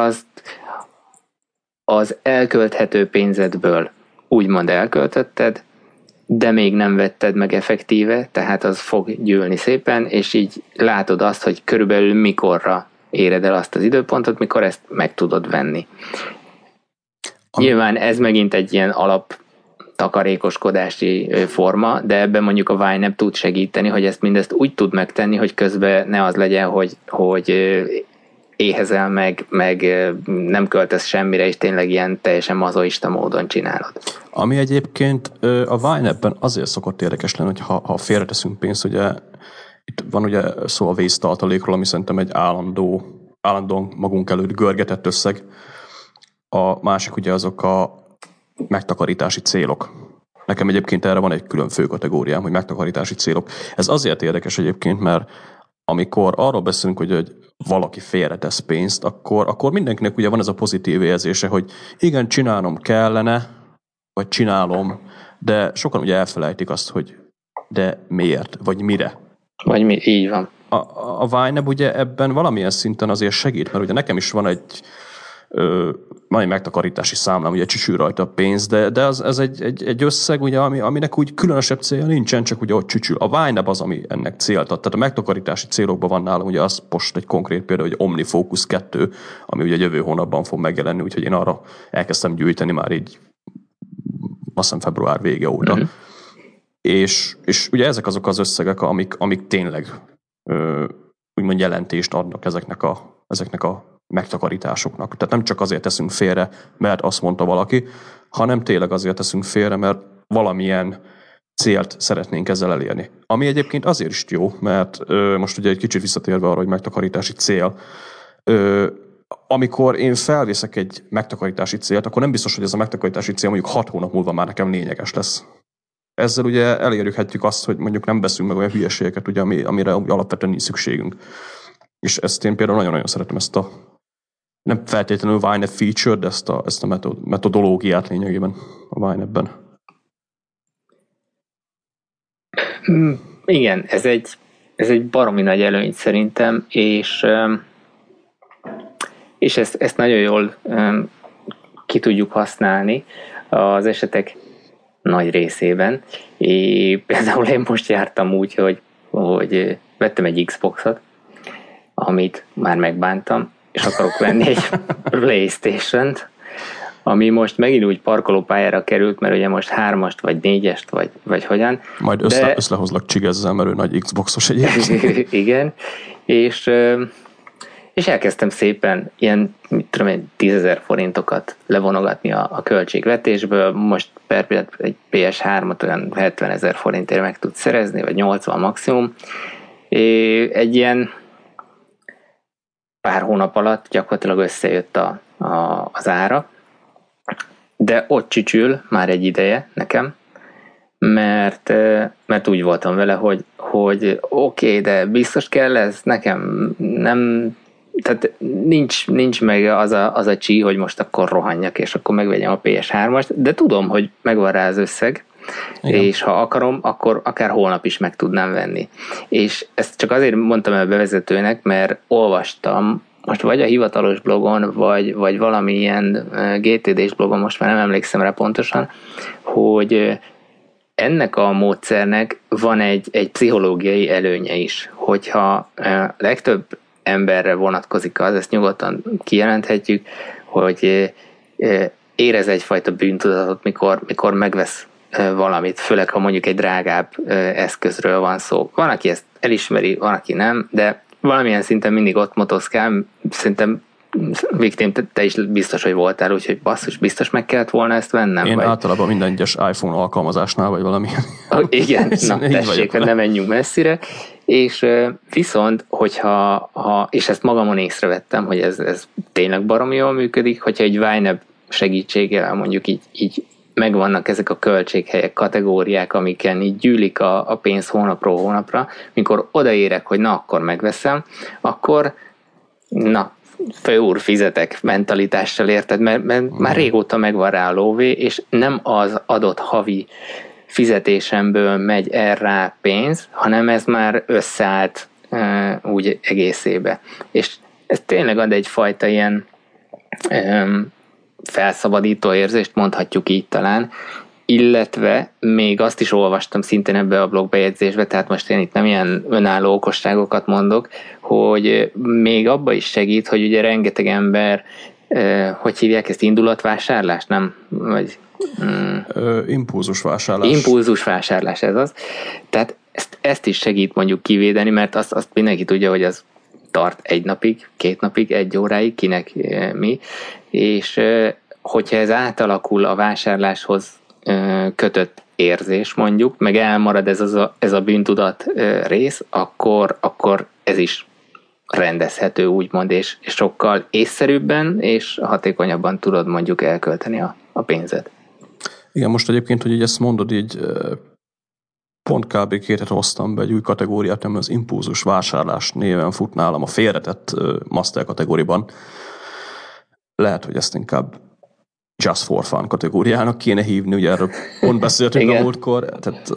az elkölthető pénzedből úgymond elköltötted, de még nem vetted meg effektíve, tehát az fog gyűlni szépen, és így látod azt, hogy körülbelül mikorra éred el azt az időpontot, mikor ezt meg tudod venni. Nyilván ez megint egy ilyen alap takarékoskodási forma, de ebben mondjuk a Wine tud segíteni, hogy mindezt úgy tud megtenni, hogy közben ne az legyen, hogy éhezel meg nem költesz semmire, és tényleg ilyen teljesen mazoista módon csinálod. Ami egyébként a Wine-ben azért szokott érdekes lenni, hogy ha félreteszünk pénzt, ugye itt van ugye szó a vésztartalékról, ami szerintem egy állandóan magunk előtt görgetett összeg. A másik ugye azok a megtakarítási célok. Nekem egyébként erre van egy külön fő kategóriám, hogy megtakarítási célok. Ez azért érdekes egyébként, mert amikor arról beszélünk, hogy valaki félretesz pénzt, akkor mindenkinek ugye van ez a pozitív érzése, hogy igen, csinálnom kellene, vagy csinálom, de sokan ugye elfelejtik azt, hogy de miért, vagy mire. Vagy mi, így van. A Wine ugye ebben valamilyen szinten azért segít, mert ugye nekem is van egy mai megtakarítási számlám, ugye csücsül rajta a pénz, de ez egy összeg, ugye, aminek úgy különösebb célja nincsen, csak ugye ott csücsül. A YNAB az, ami ennek célt ad. Tehát a megtakarítási célokban van nálam, ugye az most egy konkrét példa, hogy OmniFocus 2, ami ugye jövő hónapban fog megjelenni, úgyhogy én arra elkezdtem gyűjteni már így azt hiszem február vége óta. Mm-hmm. És ugye ezek azok az összegek, amik tényleg úgymond jelentést adnak ezeknek a megtakarításoknak. Tehát nem csak azért teszünk félre, mert azt mondta valaki, hanem tényleg azért teszünk félre, mert valamilyen célt szeretnénk ezzel elérni. Ami egyébként azért is jó, mert most ugye egy kicsit visszatérve arra, hogy megtakarítási cél, amikor én felviszek egy megtakarítási célt, akkor nem biztos, hogy ez a megtakarítási cél mondjuk 6 hónap múlva már nekem lényeges lesz. Ezzel ugye elérhetjük azt, hogy mondjuk nem veszünk meg olyan hülyeségeket, ugye, amire alapvetően nincs szükségünk. És ezt én például nagyon-nagyon szeretem, ezt a nem feltétlenül YNAB feature, de ezt a metodológiát lényegében a YNAB-ben. Igen, ez egy baromi nagy előny szerintem, és ezt nagyon jól ki tudjuk használni az esetek nagy részében. Például én most jártam úgy, hogy vettem egy Xboxot, amit már megbántam, és akarok venni egy PlayStation-t, ami most megint úgy parkolópályára került, mert ugye most 3-ast, vagy 4-est, vagy hogyan. Majd összehozlak csigezzel, mert ő nagy Xboxos egyébként. Igen, és elkezdtem szépen ilyen, 10 000 forintokat levonogatni a költségvetésből. Most per pillanat egy PS3-ot olyan 70 000 forintért meg tudsz szerezni, vagy 80 maximum. Egy ilyen pár hónap alatt gyakorlatilag összejött az ára, de ott csücsül már egy ideje nekem, mert úgy voltam vele, hogy oké, de biztos kell ez nekem, nem, tehát nincs meg az a csí, hogy most akkor rohanjak, és akkor megvegyem a PS3-ast, de tudom, hogy megvan rá az összeg, igen. És ha akarom, akkor akár holnap is meg tudnám venni. És ezt csak azért mondtam el bevezetőnek, mert olvastam, most vagy a hivatalos blogon, vagy valamilyen GTD-s blogon, most már nem emlékszem rá pontosan, hogy ennek a módszernek van egy pszichológiai előnye is, hogyha legtöbb emberre vonatkozik az, ezt nyugodtan kijelenthetjük, hogy érez egyfajta bűntudatot, mikor megvesz valamit, főleg ha mondjuk egy drágább eszközről van szó. Van, aki ezt elismeri, van, aki nem, de valamilyen szinten mindig ott motoszkál. Szerintem Viktim, te is biztos, hogy voltál, úgyhogy basszus, biztos meg kellett volna ezt vennem. Én általában minden egyes iPhone alkalmazásnál, vagy valami. Igen, na tessék, ne menjünk messzire. És viszont, és ezt magamon észrevettem, hogy ez tényleg baromi jól működik, hogyha egy YNAB segítségével mondjuk így megvannak ezek a költséghelyek, kategóriák, amiken így gyűlik a pénz hónapról hónapra, mikor odaérek, hogy na, akkor megveszem, akkor na, főúr fizetek mentalitással, érted, mert már régóta megvan rá a lóvé, és nem az adott havi fizetésemből megy erre pénz, hanem ez már összeállt úgy egészébe. És ez tényleg ad egyfajta ilyen felszabadító érzést, mondhatjuk így talán, illetve még azt is olvastam szintén ebbe a blogbejegyzésbe, tehát most én itt nem ilyen önálló okosságokat mondok, hogy még abba is segít, hogy ugye rengeteg ember, hogy hívják ezt, indulatvásárlás, nem? Vagy impulzusvásárlás. Impulzusvásárlás, ez az. Tehát ezt is segít mondjuk kivédeni, mert azt mindenki tudja, hogy az tart 1 napig, 2 napig, 1 óráig, kinek mi, és hogyha ez átalakul a vásárláshoz kötött érzés mondjuk, meg elmarad ez a bűntudat rész, akkor ez is rendezhető úgymond, és sokkal észszerűbben és hatékonyabban tudod mondjuk elkölteni a pénzed. Igen, most egyébként, hogy így ezt mondod, így pont kb. 2 hete hoztam be egy új kategóriát, ami az impulzus vásárlás néven fut nálam a félretett master kategóriában. Lehet, hogy ezt inkább Just for Fun kategóriának kéne hívni, ugye erről pont beszéltünk a múltkor. Tehát,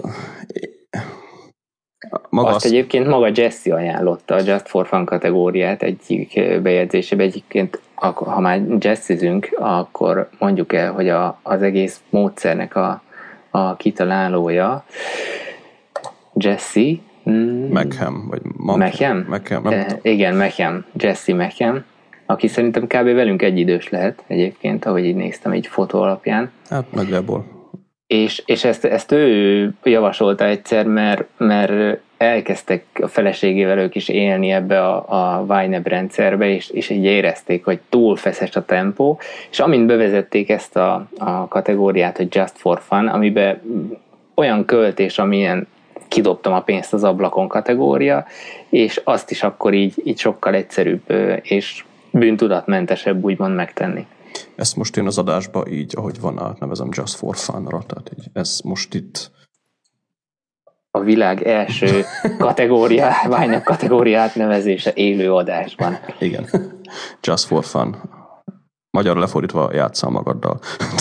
egyébként maga Jesse ajánlotta a Just for Fun kategóriát egyik bejegyzésében, egyébként ha már jazzizünk, akkor mondjuk el, hogy az egész módszernek a kitalálója Jesse Meckham, vagy Meckham? Igen, Meckham, Jesse Meckham, aki szerintem kb. Velünk egyidős lehet egyébként, ahogy így néztem egy fotó alapján. Hát nagyjából. És ezt ő javasolta egyszer, mert elkezdtek a feleségével ők is élni ebbe a YNAB rendszerbe, és így érezték, hogy túl feszes a tempó, és amint bevezették ezt a kategóriát, hogy Just for Fun, amiben olyan költés, amilyen kidobtam a pénzt az ablakon kategória, és azt is akkor így sokkal egyszerűbb és bűntudatmentesebb úgymond megtenni. Ezt most én az adásba így, ahogy van, átnevezem Just for Fun-ra, tehát így ez most itt a világ első YNAB kategória átnevezése élő adásban. Igen. Just for Fun. Magyarra lefordítva játsszál magaddal.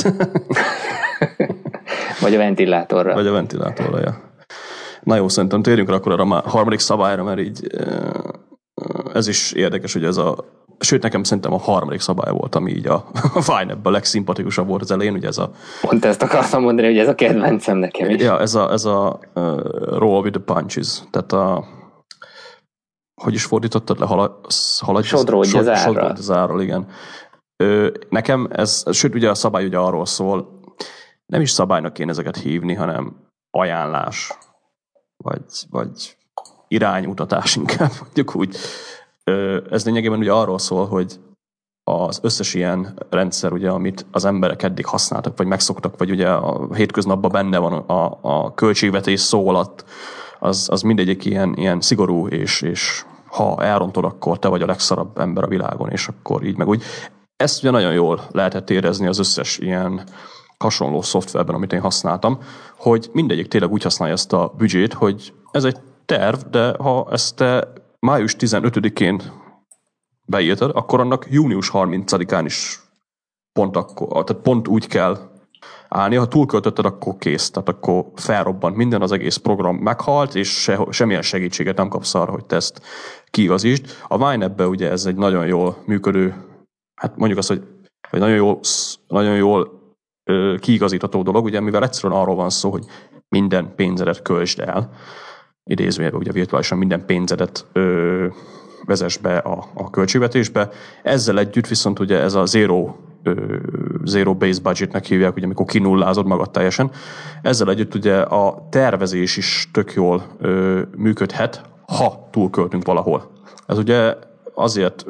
Vagy a ventilátorra. Vagy a ventilátorra, ja. Na jó, szerintem térjünk rá akkor a harmadik szabályra, mert így ez is érdekes, hogy ez sőt, nekem szerintem a harmadik szabály volt, ami így a YNAB-ben legszimpatikusabb volt az elején, ugye ez a... Pont ezt akartam mondani, hogy ez a kedvencem nekem is. Ja, ez a roll with the punches, tehát hogy is fordítottad le? Sodródj az árral. Sodródj az árral, igen. Nekem ez, sőt, ugye a szabály ugye arról szól, nem is szabálynak kéne ezeket hívni, hanem ajánlás, vagy iránymutatás inkább, mondjuk úgy. Ez lényegében ugye arról szól, hogy az összes ilyen rendszer, ugye, amit az emberek eddig használtak, vagy megszoktak, vagy ugye a hétköznapban benne van a költségvetés szó alatt, az mindegyik ilyen szigorú, és ha elrontod, akkor te vagy a legszarabb ember a világon, és akkor így meg úgy. Ezt ugye nagyon jól lehetett érezni az összes ilyen hasonló szoftverben, amit én használtam, hogy mindegyik tényleg úgy használja ezt a büdzsét, hogy ez egy terv, de ha ezt te május 15-én beírtad, akkor annak június 30-án is pont úgy kell állni. Ha túlköltötted, akkor kész. Tehát akkor felrobbant minden, az egész program meghalt, és semmilyen segítséget nem kapsz arra, hogy te ezt kiigazítsd. A YNAB-ben ugye ez egy nagyon jól működő, hát mondjuk azt, hogy nagyon jól kiigazítható dolog, ugye, mivel egyszerűen arról van szó, hogy minden pénzedet költsd el, idézőjelben ugye virtuálisan minden pénzedet vezess be a költségvetésbe. Ezzel együtt viszont ugye ez a zero base budgetnek hívják, ugye amikor kinullázod magad teljesen. Ezzel együtt ugye a tervezés is tök jól működhet, ha túlköltünk valahol. Ez ugye azért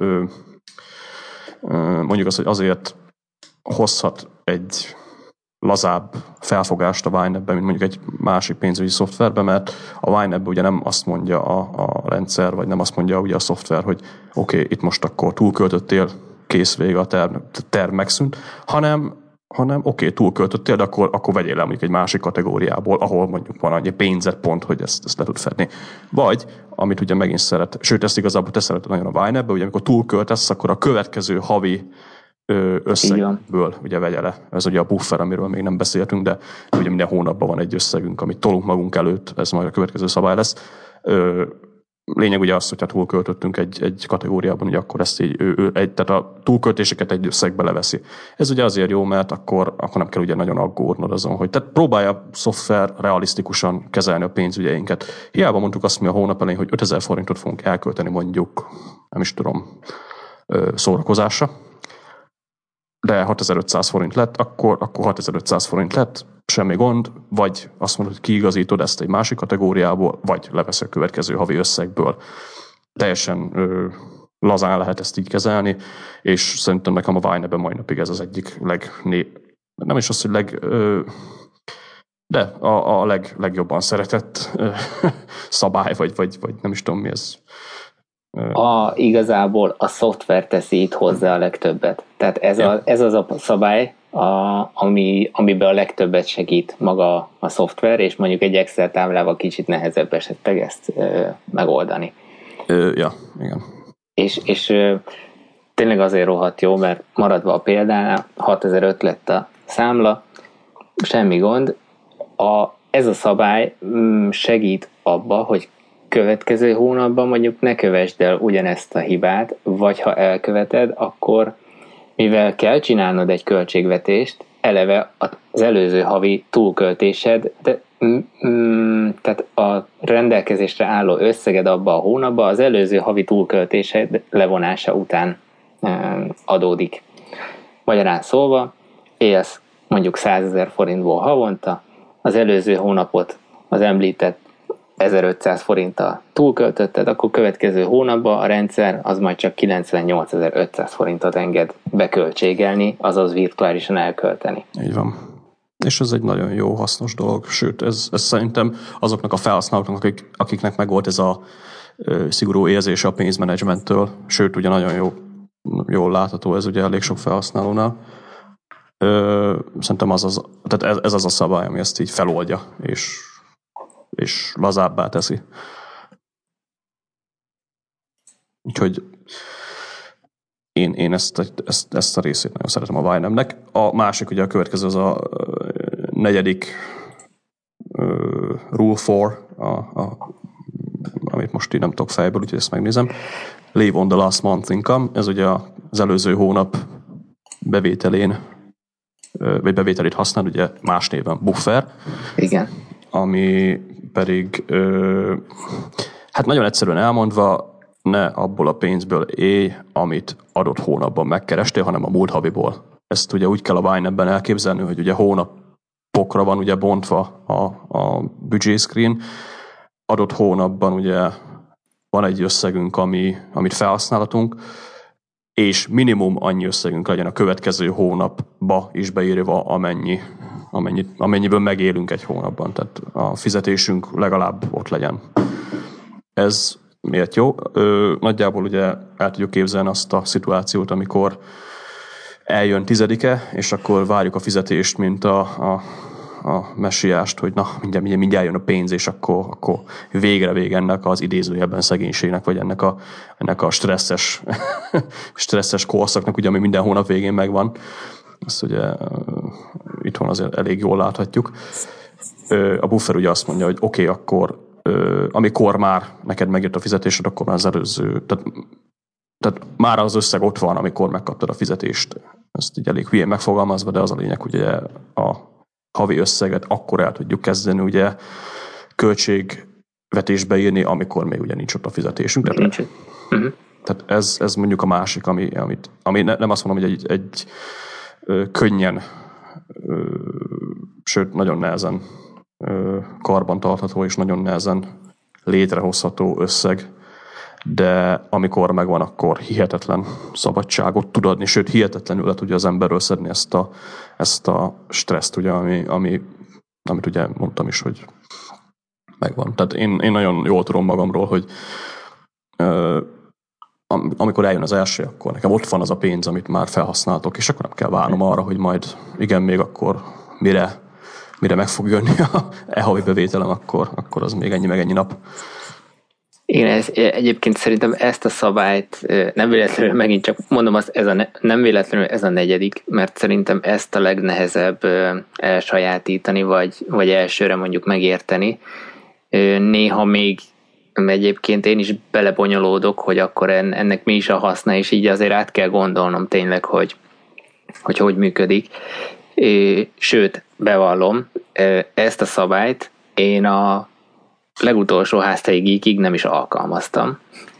mondjuk azt, hogy azért hozhat egy lazább felfogást a YNAB-ben, mint mondjuk egy másik pénzügyi szoftverben, mert a YNAB ugye nem azt mondja a rendszer, vagy nem azt mondja ugye a szoftver, hogy oké, itt most akkor túlköltöttél, kész, vége, a terv megszűnt, hanem oké, túlköltöttél, de akkor vegyél le mondjuk egy másik kategóriából, ahol mondjuk van egy pénzed pont, hogy ezt le tud fedni. Vagy, amit ugye megint sőt, ezt igazából te szereted nagyon a YNAB-be, ugye amikor túlköltesz, akkor a következő havi összegből ugye vegye le. Ez ugye a buffer, amiről még nem beszéltünk, de ugye minden hónapban van egy összegünk, amit tolunk magunk előtt, ez majd a következő szabály lesz. Lényeg ugye az, hogyha túlköltöttünk egy kategóriában, ugye akkor ezt tehát a túlköltéseket egy összegbe leveszi. Ez ugye azért jó, mert akkor nem kell ugye nagyon aggódnod azon, hogy tehát próbálja a szoftver realisztikusan kezelni a pénzügyeinket. Hiába mondtuk azt mi a hónap elején, hogy 5000 forintot fogunk elkölteni mondjuk, nem is tudom, szórakozásra, de 6500 forint lett, akkor 6500 forint lett, semmi gond, vagy azt mondod, hogy kiigazítod ezt egy másik kategóriából, vagy levesz a következő havi összegből. Teljesen lazán lehet ezt így kezelni, és szerintem nekem a YNAB-ben mai napig ez az egyik nem is az, hogy de a legjobban szeretett szabály, vagy nem is tudom mi ez. Igazából a szoftver teszi itt hozzá a legtöbbet. Tehát ez az a szabály, amiben a legtöbbet segít maga a szoftver, és mondjuk egy Excel táblával kicsit nehezebb esetleg ezt megoldani. Ja, igen. És tényleg azért rohadt jó, mert maradva a példánál, 6005 lett a számla, semmi gond. Ez a szabály segít abba, hogy következő hónapban mondjuk ne kövesd el ugyanezt a hibát, vagy ha elköveted, akkor mivel kell csinálnod egy költségvetést, eleve az előző havi túlköltésed, tehát a rendelkezésre álló összeged abba a hónapban az előző havi túlköltésed levonása után adódik. Magyarán szólva, élsz mondjuk 100 000 forintból havonta, az előző hónapot az említett 1500 forinttal túlköltötted, akkor következő hónapban a rendszer az majd csak 98.500 forintot enged beköltségelni, azaz virtuálisan elkölteni. Így van. És ez egy nagyon jó, hasznos dolog. Sőt, ez szerintem azoknak a felhasználóknak, akiknek megvolt ez a szigorú érzése a pénzmenedzsmenttől, sőt, ugye nagyon jól látható ez ugye elég sok felhasználónál. Szerintem tehát ez az a szabály, ami ezt így feloldja, és lazábbá teszi. Úgyhogy én ezt a részét nagyon szeretem a YNAB-nek. A másik, ugye a következő az a negyedik Rule 4, amit most így nem tudok fejből, úgyhogy ezt megnézem. Live on the last month income. Ez ugye az előző hónap bevételén, vagy bevételét használ, ugye más néven buffer. Igen. Ami pedig, hát nagyon egyszerűen elmondva, ne abból a pénzből élj, amit adott hónapban megkerestél, hanem a múlt haviból. Ezt ugye úgy kell a YNAB-ben elképzelni, hogy ugye hónapokra van ugye bontva a budget screen. Adott hónapban ugye van egy összegünk, amit felhasználhatunk, és minimum annyi összegünk legyen a következő hónapba is beírva, amennyiből megélünk egy hónapban. Tehát a fizetésünk legalább ott legyen. Ez miért jó? Nagyjából ugye el tudjuk képzelni azt a szituációt, amikor eljön 10-e, és akkor várjuk a fizetést, mint a messiást, hogy na, mindjárt jön a pénz, és akkor végre ennek az idézőjelben szegénységnek, vagy ennek a stresszes korszaknak, ugye, ami minden hónap végén megvan. Ezt ugye itthon azért elég jól láthatjuk. A buffer ugye azt mondja, hogy oké, akkor amikor már neked megjött a fizetésed, akkor már az előző, tehát már az összeg ott van, amikor megkaptad a fizetést. Ezt így elég hülyén megfogalmazva, de az a lényeg, hogy ugye a havi összeget akkor el tudjuk kezdeni ugye költségvetésbe írni, amikor még ugye nincs ott a fizetésünk. Tehát ez mondjuk a másik, ami nem azt mondom, hogy egy könnyen, sőt nagyon nehezen karbantartható és nagyon nehezen létrehozható összeg, de amikor megvan, akkor hihetetlen szabadságot tud adni, sőt hihetetlenül le tudja az emberről szedni ezt a stresszt, ugye, amit ugye mondtam is, hogy megvan. Tehát én nagyon jól tudom magamról, hogy amikor eljön az első, akkor nekem ott van az a pénz, amit már felhasználtok, és akkor nem kell várnom arra, hogy majd igen, még akkor mire meg fog jönni a havi bevételem, akkor az még ennyi meg ennyi nap. Igen, egyébként szerintem ezt a szabályt nem véletlenül, megint csak mondom, nem véletlenül ez a negyedik, mert szerintem ezt a legnehezebb elsajátítani, vagy elsőre mondjuk megérteni. Néha még egyébként én is belebonyolódok, hogy akkor ennek mi is a haszna, és így azért át kell gondolnom tényleg, hogy működik. Sőt, bevallom, ezt a szabályt én a legutolsó háztai geekig nem is alkalmaztam.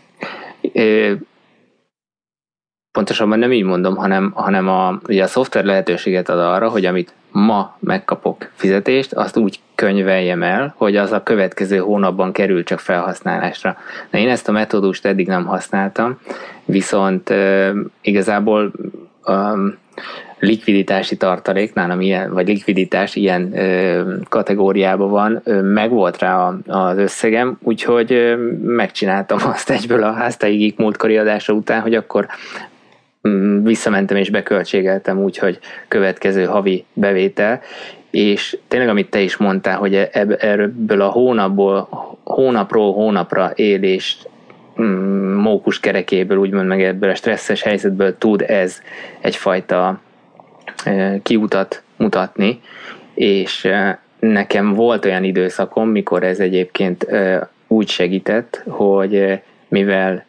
Pontosabban nem így mondom, hanem ugye a szoftver lehetőséget ad arra, hogy amit ma megkapok fizetést, azt úgy könyveljem el, hogy az a következő hónapban kerül csak felhasználásra. Na, én ezt a metódust eddig nem használtam, viszont igazából likviditási tartalék nálam ilyen, vagy likviditás ilyen kategóriában van, megvolt rá az összegem, úgyhogy megcsináltam azt egyből a Háztai Geek múltkori adása után, hogy akkor visszamentem és beköltségeltem úgy, hogy következő havi bevétel, és tényleg amit te is mondtál, hogy ebből a hónapról hónapra élés mókus kerekéből, úgymond meg ebből a stresszes helyzetből tud ez egyfajta kiutat mutatni, és nekem volt olyan időszakom, mikor ez egyébként úgy segített, hogy mivel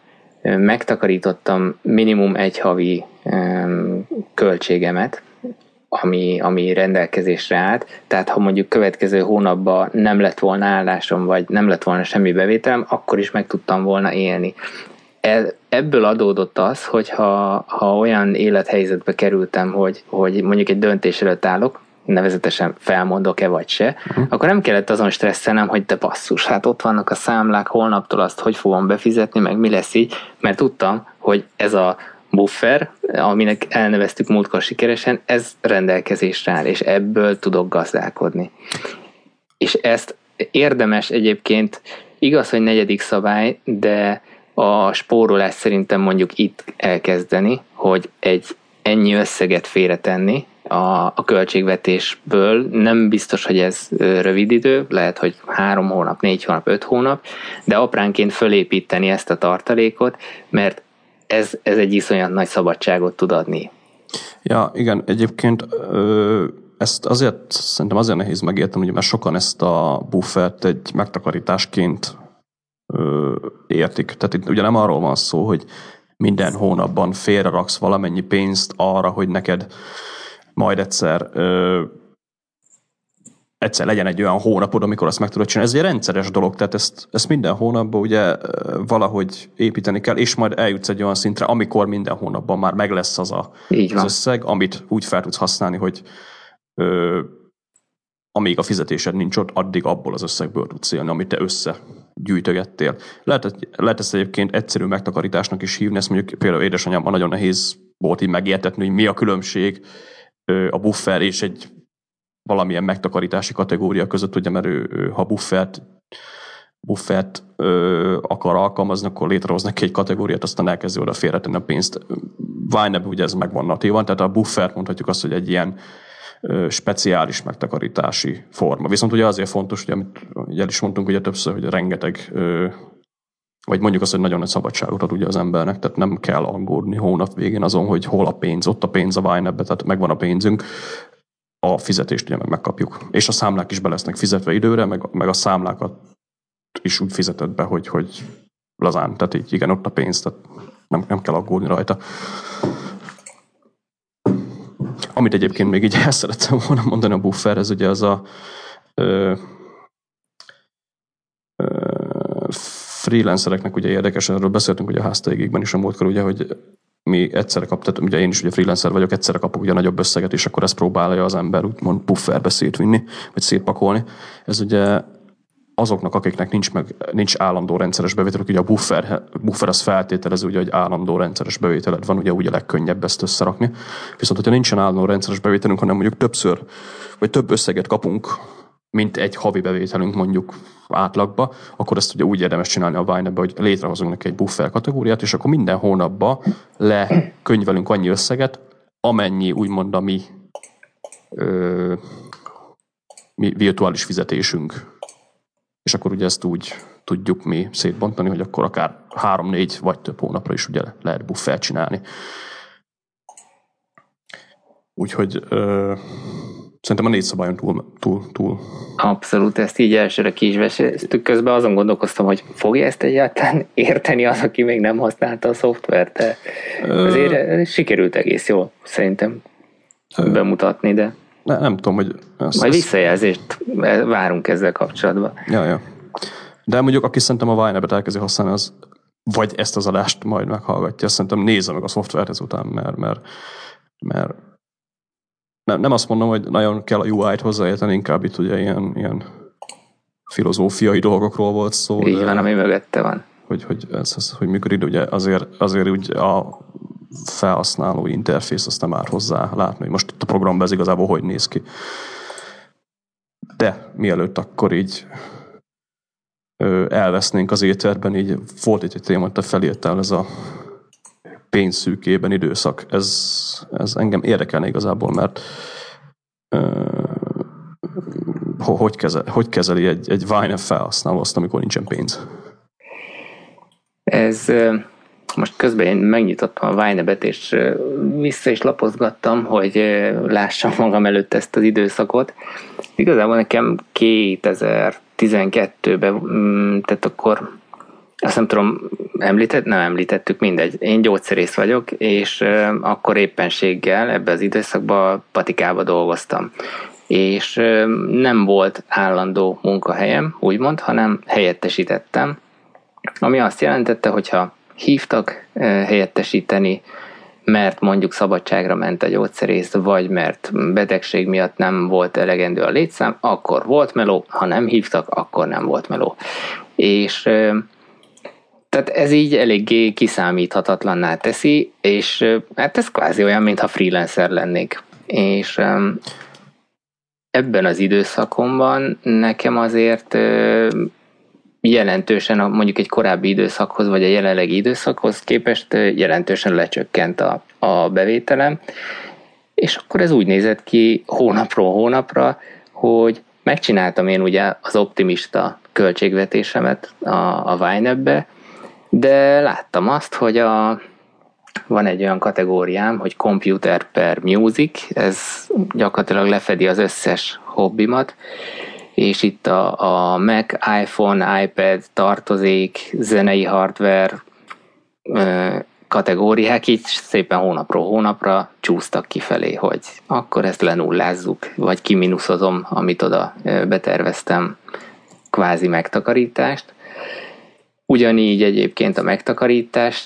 megtakarítottam minimum egy havi költségemet, ami rendelkezésre állt, tehát ha mondjuk következő hónapban nem lett volna állásom, vagy nem lett volna semmi bevételem, akkor is meg tudtam volna élni. Ebből adódott az, hogy ha olyan élethelyzetbe kerültem, hogy mondjuk egy döntés előtt állok, nevezetesen felmondok-e vagy se, akkor nem kellett azon stresszelnem, hogy de basszus, hát ott vannak a számlák, holnaptól azt hogy fogom befizetni, meg mi lesz így, mert tudtam, hogy ez a buffer, aminek elneveztük múltkor sikeresen, ez rendelkezésre áll, és ebből tudok gazdálkodni. És ezt érdemes egyébként, igaz, hogy 4. szabály, de a spórolás szerintem mondjuk itt elkezdeni, hogy egy ennyi összeget félretenni a költségvetésből. Nem biztos, hogy ez rövid idő, lehet, hogy 3 hónap, 4 hónap, 5 hónap, de apránként fölépíteni ezt a tartalékot, mert ez egy iszonyat nagy szabadságot tud adni. Ja, igen, egyébként ezt szerintem azért nehéz megérteni, mert sokan ezt a buffert egy megtakarításként értik. Tehát itt ugye nem arról van szó, hogy minden hónapban félreraksz valamennyi pénzt arra, hogy neked majd egyszer legyen egy olyan hónapod, amikor azt meg tudod csinálni. Ez egy rendszeres dolog, tehát ezt minden hónapban ugye valahogy építeni kell, és majd eljutsz egy olyan szintre, amikor minden hónapban már meg lesz az összeg, amit úgy fel tudsz használni, hogy amíg a fizetésed nincs ott, addig abból az összegből tudsz élni, amit te összegyűjtögettél. Lehet ezt egyébként egyszerű megtakarításnak is hívni, ezt mondjuk például édesanyámban nagyon nehéz volt így megértetni, hogy mi a különbség a buffer és egy valamilyen megtakarítási kategória között, ugye, mert ő ha buffert akar alkalmazni, akkor létrehoz neki egy kategóriát, aztán elkezdi oda félretenni a pénzt. YNAB ugye ez megvan natívan, tehát a buffert mondhatjuk azt, hogy egy ilyen speciális megtakarítási forma. Viszont ugye azért fontos, hogy amit el is mondtunk ugye többször, hogy rengeteg, vagy mondjuk azt, hogy nagyon nagy szabadságot ad ugye az embernek, tehát nem kell aggódni hónap végén azon, hogy hol a pénz, ott a pénz a YNAB-be, tehát megvan a pénzünk, a fizetést ugye megkapjuk. És a számlák is be lesznek fizetve időre, meg a számlákat is úgy fizetett be, hogy lazán, tehát így igen, ott a pénz, tehát nem kell aggódni rajta. Amit egyébként még így el szerettem volna mondani a buffer, ez ugye az a freelancereknek ugye érdekes, erről beszéltünk ugye a háztaigékben is a múltkor, ugye, hogy mi egyszerre tehát ugye én is ugye freelancer vagyok, egyszerre kapok ugye nagyobb összeget, és akkor ezt próbálja az ember úgymond bufferbe szétvinni, vagy szétpakolni. Ez ugye azoknak, akiknek nincs állandó rendszeres bevételük, ugye a buffer az feltételező, ugye, hogy állandó rendszeres bevételed van, ugye úgy a legkönnyebb ezt összerakni. Viszont, hogyha nincsen állandó rendszeres bevételünk, hanem mondjuk többször, vagy több összeget kapunk, mint egy havi bevételünk mondjuk átlagba, akkor ezt ugye úgy érdemes csinálni a YNAB-be, hogy létrehozunk neki egy buffer kategóriát, és akkor minden hónapban lekönyvelünk annyi összeget, amennyi úgymond a mi virtuális fizetésünk. És akkor ugye ezt úgy tudjuk mi szétbontani, hogy akkor akár 3-4 vagy több hónapra is ugye lehet buffer csinálni. Úgyhogy szerintem a 4 szabályon túl. Abszolút, ezt így elsőre ki is veséltük. Közben azon gondolkoztam, hogy fogja ezt egyáltalán érteni az, aki még nem használta a szoftvert, de azért sikerült egész jól szerintem bemutatni, de nem tudom, hogy... Majd visszajelzést várunk ezzel kapcsolatban. Ja. De mondjuk, aki szerintem a YNAB-et elkezdi használni, az vagy ezt az adást majd meghallgatja, szerintem nézze meg a szoftvert ezután, mert nem azt mondom, hogy nagyon kell a UI-t hozzáérteni, inkább itt ugye ilyen filozófiai dolgokról volt szó. Így van, ami mögötte van. Hogy ez hogy működik, ugye azért úgy a felhasználó interfész azt nem árt hozzá látni, hogy most itt a programban ez igazából hogy néz ki. De mielőtt akkor így elvesznénk az éterben, így volt itt egy téma, hogy te felírtál, ez a pénzszűkében időszak. Ez engem érdekelne igazából, mert hogy kezeli egy YNAB felhasználó azt, amikor nincsen pénz? Ez most közben én megnyitottam a YNAB-et, és vissza is lapozgattam, hogy lássam magam előtt ezt az időszakot. Igazából nekem 2012-ben, tehát akkor azt nem tudom, nem említettük, mindegy. Én gyógyszerész vagyok, és akkor éppenséggel ebbe az időszakban patikába dolgoztam. És nem volt állandó munkahelyem, úgymond, hanem helyettesítettem, ami azt jelentette, hogyha hívtak helyettesíteni, mert mondjuk szabadságra ment a gyógyszerész, vagy mert betegség miatt nem volt elegendő a létszám, akkor volt meló, ha nem hívtak, akkor nem volt meló. És tehát ez így eléggé kiszámíthatatlanná teszi, és hát ez kvázi olyan, mintha freelancer lennék. És ebben az időszakomban nekem azért jelentősen mondjuk egy korábbi időszakhoz, vagy a jelenlegi időszakhoz képest jelentősen lecsökkent a bevételem, és akkor ez úgy nézett ki hónapról hónapra, hogy megcsináltam én ugye az optimista költségvetésemet a YNAB-be, de láttam azt, hogy van egy olyan kategóriám, hogy Computer per Music, ez gyakorlatilag lefedi az összes hobbimat, és itt a Mac, iPhone, iPad tartozék, zenei hardware kategóriák így szépen hónapról hónapra csúsztak kifelé, hogy akkor ezt lenullázzuk, vagy kiminuszozom, amit oda beterveztem, kvázi megtakarítást. Ugyanígy egyébként a megtakarítást,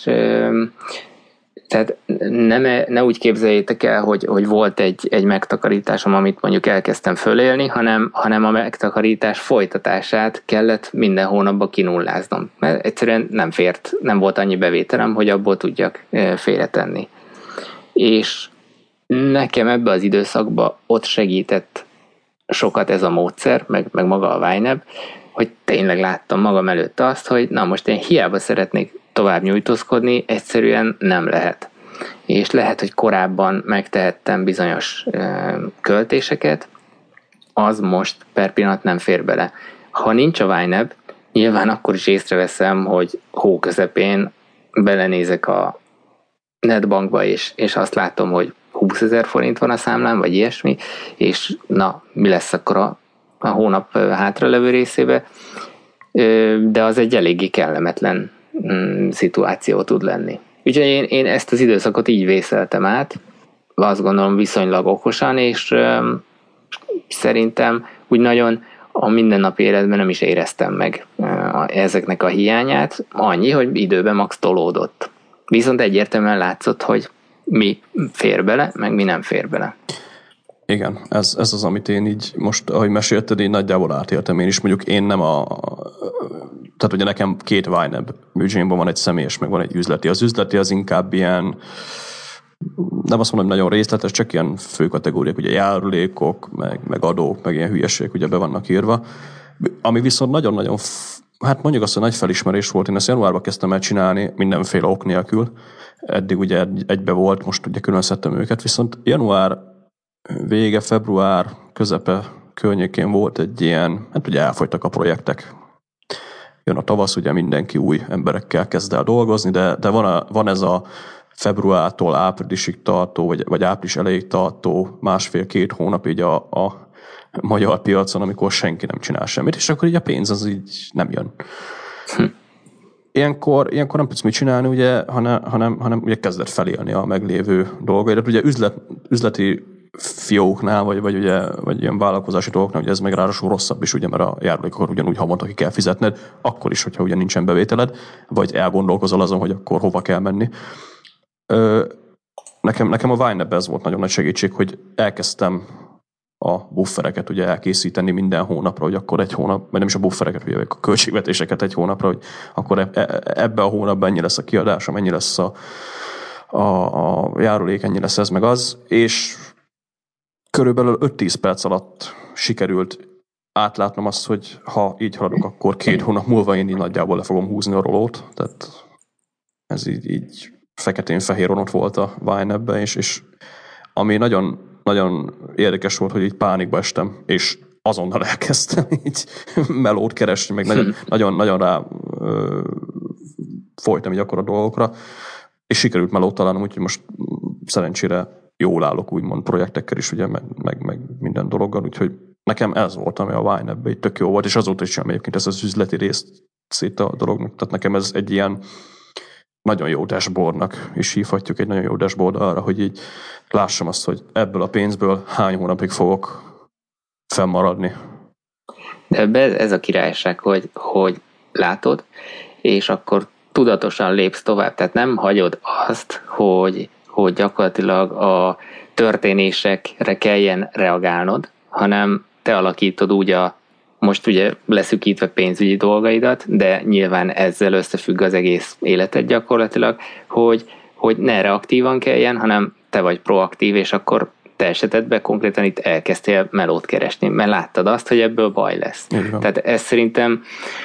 tehát ne úgy képzeljétek el, hogy volt egy megtakarításom, amit mondjuk elkezdtem fölélni, hanem a megtakarítás folytatását kellett minden hónapban kinulláznom. Mert egyszerűen nem volt annyi bevételem, hogy abból tudjak félretenni. És nekem ebbe az időszakban ott segített sokat ez a módszer, meg maga a YNAB, hogy tényleg láttam magam előtt azt, hogy na most én hiába szeretnék tovább nyújtózkodni, egyszerűen nem lehet. És lehet, hogy korábban megtehettem bizonyos költéseket, az most per pillanat nem fér bele. Ha nincs a YNAB, nyilván akkor is észreveszem, hogy hó közepén belenézek a netbankba, és azt látom, hogy 20 000 forint van a számlán, vagy ilyesmi, és na, mi lesz akkor a hónap hátralevő részébe, de az egy eléggé kellemetlen szituáció tud lenni. Úgyhogy én ezt az időszakot így vészeltem át, azt gondolom viszonylag okosan, és szerintem úgy nagyon a mindennapi életben nem is éreztem meg ezeknek a hiányát, annyi, hogy időben max tolódott. Viszont egyértelműen látszott, hogy mi fér bele, meg mi nem fér bele. Igen, ez az, amit én így most, ahogy mesélted, én nagyjából átéltem én is. Mondjuk én nem tehát ugye nekem 2 YNAB büdzsémben van, egy személyes, meg van egy üzleti. Az üzleti az inkább ilyen, nem azt mondom, hogy nagyon részletes, csak ilyen fő kategóriák, ugye járulékok, meg adók, meg ilyen hülyeségek ugye be vannak írva. Ami viszont nagyon-nagyon, hát mondjuk azt, hogy nagy felismerés volt, én ezt januárban kezdtem el csinálni, mindenféle ok nélkül. Eddig ugye egybe volt, most ugye külön szedtem őket, viszont január vége, február közepe környékén volt egy ilyen, hát ugye elfogytak a projektek. Jön a tavasz, ugye mindenki új emberekkel kezd el dolgozni, de van ez a februártól áprilisig tartó, vagy április elejéig tartó 1,5-2 hónap így a magyar piacon, amikor senki nem csinál semmit, és akkor így a pénz az így nem jön. Ilyenkor nem tudsz mit csinálni, ugye, hanem ugye kezdett felélni a meglévő dolgaidat. Ugye üzleti fióknál, vagy ilyen vállalkozási dolgoknál, ugye ez meg ráadásul rosszabb is, ugye, mert a járulékokat ugyanúgy havonta ki kell fizetned, akkor is, hogyha ugye nincsen bevételed, vagy elgondolkozol azon, hogy akkor hova kell menni. Nekem a YNAB ez volt nagyon nagy segítség, hogy elkezdtem a buffereket ugye elkészíteni minden hónapra, hogy akkor egy hónap, vagy nem is a buffereket, ugye a költségvetéseket egy hónapra, hogy akkor ebben a hónapban ennyi lesz a kiadásom, ennyi lesz a járulék, ennyi lesz ez meg az, és körülbelül 5-10 perc alatt sikerült átlátnom azt, hogy ha így haladok, akkor 2 hónap múlva én így nagyjából le fogom húzni a rolót, tehát ez így feketén-fehéron ott volt a YNAB-ben, és ami nagyon, nagyon érdekes volt, hogy így pánikba estem, és azonnal elkezdtem így melót keresni, meg nagyon rá folytam így akkor a dolgokra, és sikerült melót találnom, úgyhogy most szerencsére jól állok úgymond projektekkel is, ugye, meg minden dologgal, úgyhogy nekem ez volt, ami a YNAB-ben így tök jó volt, és azóta is csinálom egyébként ezt az üzleti részt szét a dolognak. Tehát nekem ez egy ilyen nagyon jó dashboardnak is hívhatjuk, egy nagyon jó dashboard arra, hogy így lássam azt, hogy ebből a pénzből hány hónapig fogok fennmaradni. De ebbe ez a királyság, hogy látod, és akkor tudatosan lépsz tovább. Tehát nem hagyod azt, hogy gyakorlatilag a történésekre kelljen reagálnod, hanem te alakítod úgy most ugye leszűkítve pénzügyi dolgaidat, de nyilván ezzel összefügg az egész életed gyakorlatilag, hogy ne reaktívan kelljen, hanem te vagy proaktív, és akkor te esetedben konkrétan itt elkezdtél melót keresni, mert láttad azt, hogy ebből baj lesz. Tehát ez szerintem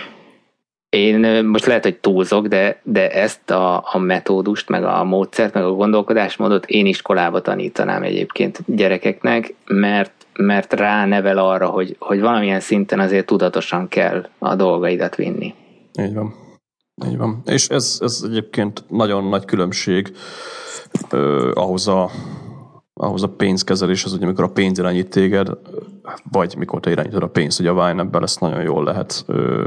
én most lehet, hogy túlzok, de ezt a metódust, meg a módszert, meg a gondolkodásmódot én iskolába tanítanám egyébként gyerekeknek, mert ránevel arra, hogy valamilyen szinten azért tudatosan kell a dolgaidat vinni. Így van. Így van. És ez egyébként nagyon nagy különbség ahhoz a pénzkezeléshez, hogy amikor a pénz irányít téged, vagy mikor te irányítod a pénzt, hogy a YNAB-ben ezt nagyon jól lehet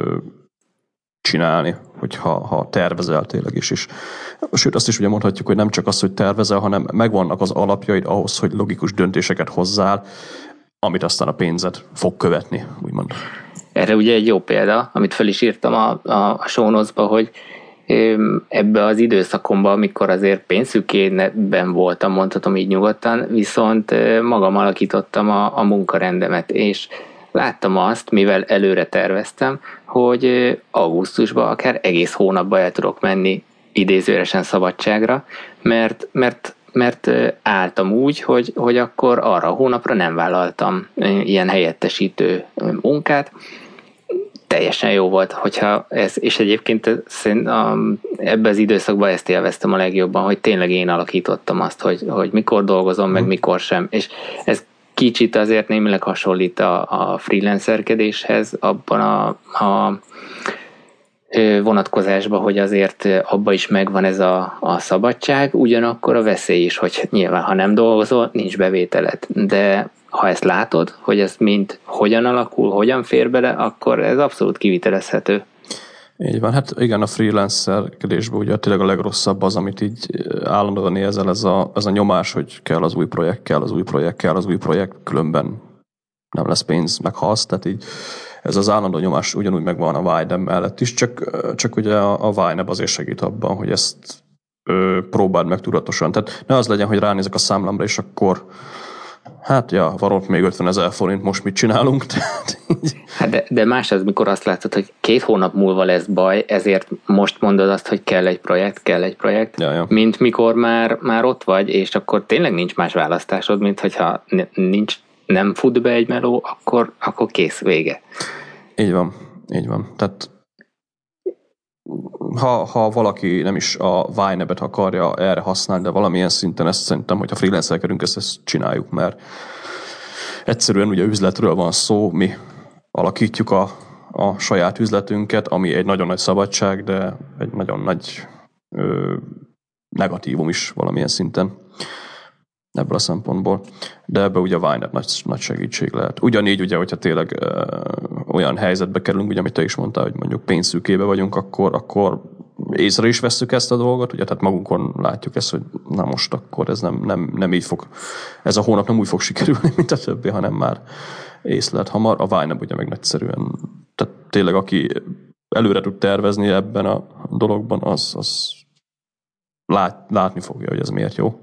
csinálni, hogyha tervezel tényleg is. Sőt, azt is ugye mondhatjuk, hogy nem csak az, hogy tervezel, hanem megvannak az alapjaid ahhoz, hogy logikus döntéseket hozzál, amit aztán a pénzed fog követni, úgymond. Erre ugye egy jó példa, amit fel is írtam a show notes-ba, hogy ebbe az időszakomban, amikor azért pénzszükében voltam, mondhatom így nyugodtan, viszont magam alakítottam a munkarendemet, és láttam azt, mivel előre terveztem, hogy augusztusban akár egész hónapban el tudok menni idézőjelesen szabadságra, mert álltam úgy, hogy akkor arra a hónapra nem vállaltam ilyen helyettesítő munkát. Teljesen jó volt, hogyha ez, és egyébként ebben az időszakban ezt élveztem a legjobban, hogy tényleg én alakítottam azt, hogy mikor dolgozom, meg mikor sem, és ez kicsit azért némileg hasonlít a freelancerkedéshez abban a vonatkozásban, hogy azért abban is megvan ez a szabadság, ugyanakkor a veszély is, hogy nyilván, ha nem dolgozol, nincs bevételed. De ha ezt látod, hogy ez mind hogyan alakul, hogyan fér bele, akkor ez abszolút kivitelezhető. Így van, hát igen, a freelancerkedésben ugye tényleg a legrosszabb az, amit így állandóan érzel, ez a nyomás, hogy kell az új projekt, különben nem lesz pénz, meghalsz, tehát így ez az állandó nyomás ugyanúgy megvan a YNAB mellett is, csak ugye a YNAB azért segít abban, hogy ezt próbáld meg tudatosan. Tehát ne az legyen, hogy ránézek a számlámra, és akkor van ott még 50 000 forint, most mit csinálunk? Hát de más az, mikor azt látod, hogy 2 hónap múlva lesz baj, ezért most mondod azt, hogy kell egy projekt, ja. Mint mikor már ott vagy, és akkor tényleg nincs más választásod, mint hogyha nem fut be egy meló, akkor kész, vége. Így van. Tehát ha valaki nem is a YNAB-et akarja erre használni, de valamilyen szinten ezt szerintem, hogy a freelancerkedünk, ezt csináljuk, mert egyszerűen ugye üzletről van szó, mi alakítjuk a saját üzletünket, ami egy nagyon nagy szabadság, de egy nagyon nagy negatívum is valamilyen szinten ebből a szempontból. De ebben ugye a YNAB nagy segítség lehet. Ugyanígy ugye, hogyha tényleg olyan helyzetbe kerülünk, ugye, amit te is mondtál, hogy mondjuk pénzszűkébe vagyunk, akkor észre is vesszük ezt a dolgot, ugye, tehát magunkon látjuk ezt, hogy na most akkor ez nem így fog, ez a hónap nem úgy fog sikerülni, mint a többi, hanem már észlelt hamar. A YNAB ugye meg nagyszerűen, tehát tényleg aki előre tud tervezni ebben a dologban, az látni fogja, hogy ez miért jó.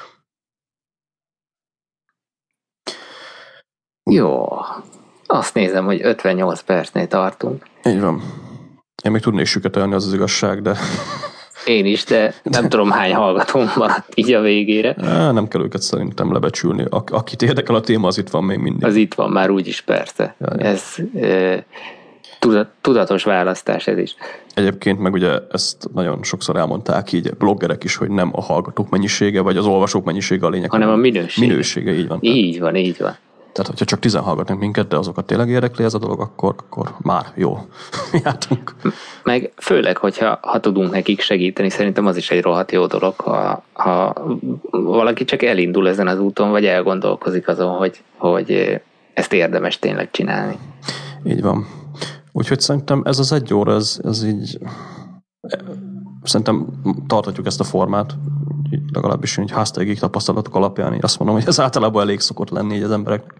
Jó. Azt nézem, hogy 58 percnél tartunk. Így van. Én még tudnék süketelni, az igazság, de... Én is, de nem tudom hány hallgatóm maradt így a végére. Nem kell őket szerintem lebecsülni. Akit érdekel a téma, az itt van még mindig. Az itt van már úgyis, persze. Ja. Ez tudatos választás ez is. Egyébként meg ugye ezt nagyon sokszor elmondták így bloggerek is, hogy nem a hallgatók mennyisége, vagy az olvasók mennyisége a lényeg. Hanem a minősége. Minősége, így van. Így van. Tehát, hogyha csak 10 hallgatnak minket, de azokat tényleg érdekli ez a dolog, akkor már jó jártunk. Meg főleg, hogyha tudunk nekik segíteni, szerintem az is egy rohadt jó dolog, ha valaki csak elindul ezen az úton, vagy elgondolkozik azon, hogy ezt érdemes tényleg csinálni. Így van. Úgyhogy szerintem ez az 1 óra, ez így szerintem tartatjuk ezt a formát, így legalábbis így háztáigi tapasztalatok alapján. Azt mondom, hogy ez általában elég szokott lenni így az embereknek.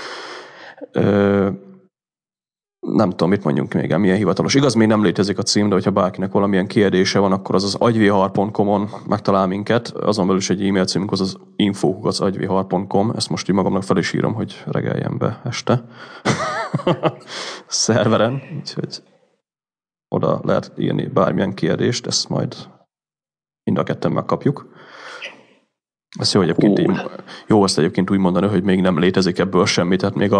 Nem tudom, mit mondjunk még el, milyen hivatalos. Igaz, még nem létezik a cím, de hogyha bárkinek valamilyen kérdése van, akkor az agyvihar.com-on megtalál minket. Azon belül is egy e-mail címünk, az info@agyvihar.com. Ezt most így magamnak fel is írom, hogy regeljen be este. Szerveren. Úgyhogy oda lehet írni bármilyen kérdést, ezt majd mind a ketten megkapjuk. Ez jó egyébként, jó azt egyébként úgy mondani, hogy még nem létezik ebből semmi, tehát még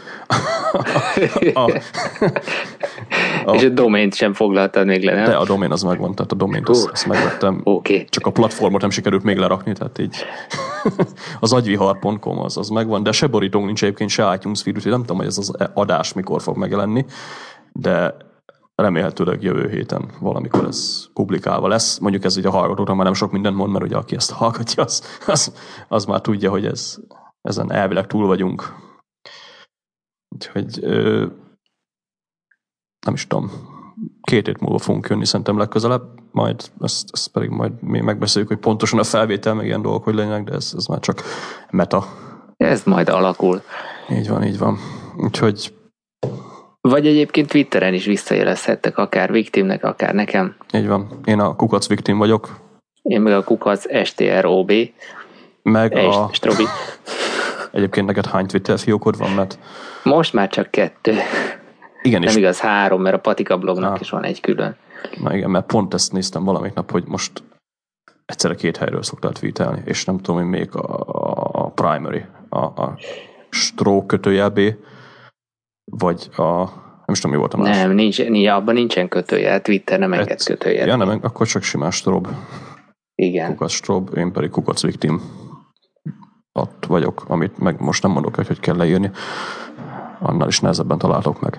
és a domaint sem foglaltad még le, nem? De a domain az megvan, tehát a domaint azt megvettem. Okay. Csak a platformot nem sikerült még lerakni, tehát így az agyvihar.com az megvan, de se borítónk nincs egyébként, se iTunes feed, úgyhogy nem tudom, hogy ez az adás mikor fog megjelenni, de remélhetőleg jövő héten valamikor ez publikálva lesz. Mondjuk ez ugye a hallgatókra már nem sok mindent mond, mert ugye aki ezt hallgatja, az már tudja, hogy ezen elvileg túl vagyunk. Úgyhogy nem is tudom, 2 hét múlva fogunk jönni szerintem legközelebb, majd ezt pedig majd még megbeszéljük, hogy pontosan a felvétel meg ilyen dolgok hogy legyenek, de ez már csak meta. Ez majd alakul. Így van. Úgyhogy vagy egyébként Twitteren is visszajelezhettek, akár Victimnek, akár nekem. Így van. Én a Kukac Victim vagyok. Én meg a Kukac STROB. Meg a... Strobi. Egyébként neked hány Twitter fiókod van, mert... Most már csak 2. Igen, nem igaz 3, mert a Patika blognak is van egy külön. Na igen, mert pont ezt néztem valamelyik nap, hogy most egyszerre 2 helyről szoktál tweetelni, és nem tudom, hogy még a primary, a stroke _B, vagy nem is tudom, mi volt a más. Nem, abban nincsen kötőjel, Twitter nem enged kötőjel. Ja, nem, akkor csak simán strob. Igen. Kukac strob, én pedig Kukac Victim. Ott vagyok, amit meg most nem mondok, hogy kell leírni. Annál is nehezebben találtok meg.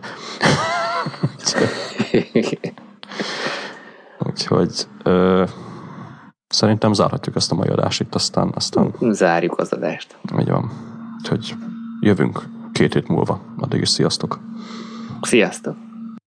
Úgyhogy szerintem zárhatjuk ezt a mai adást itt, aztán... Zárjuk az adást. Így van. Úgyhogy jövünk 2 hét múlva. Addig is sziasztok! Sziasztok!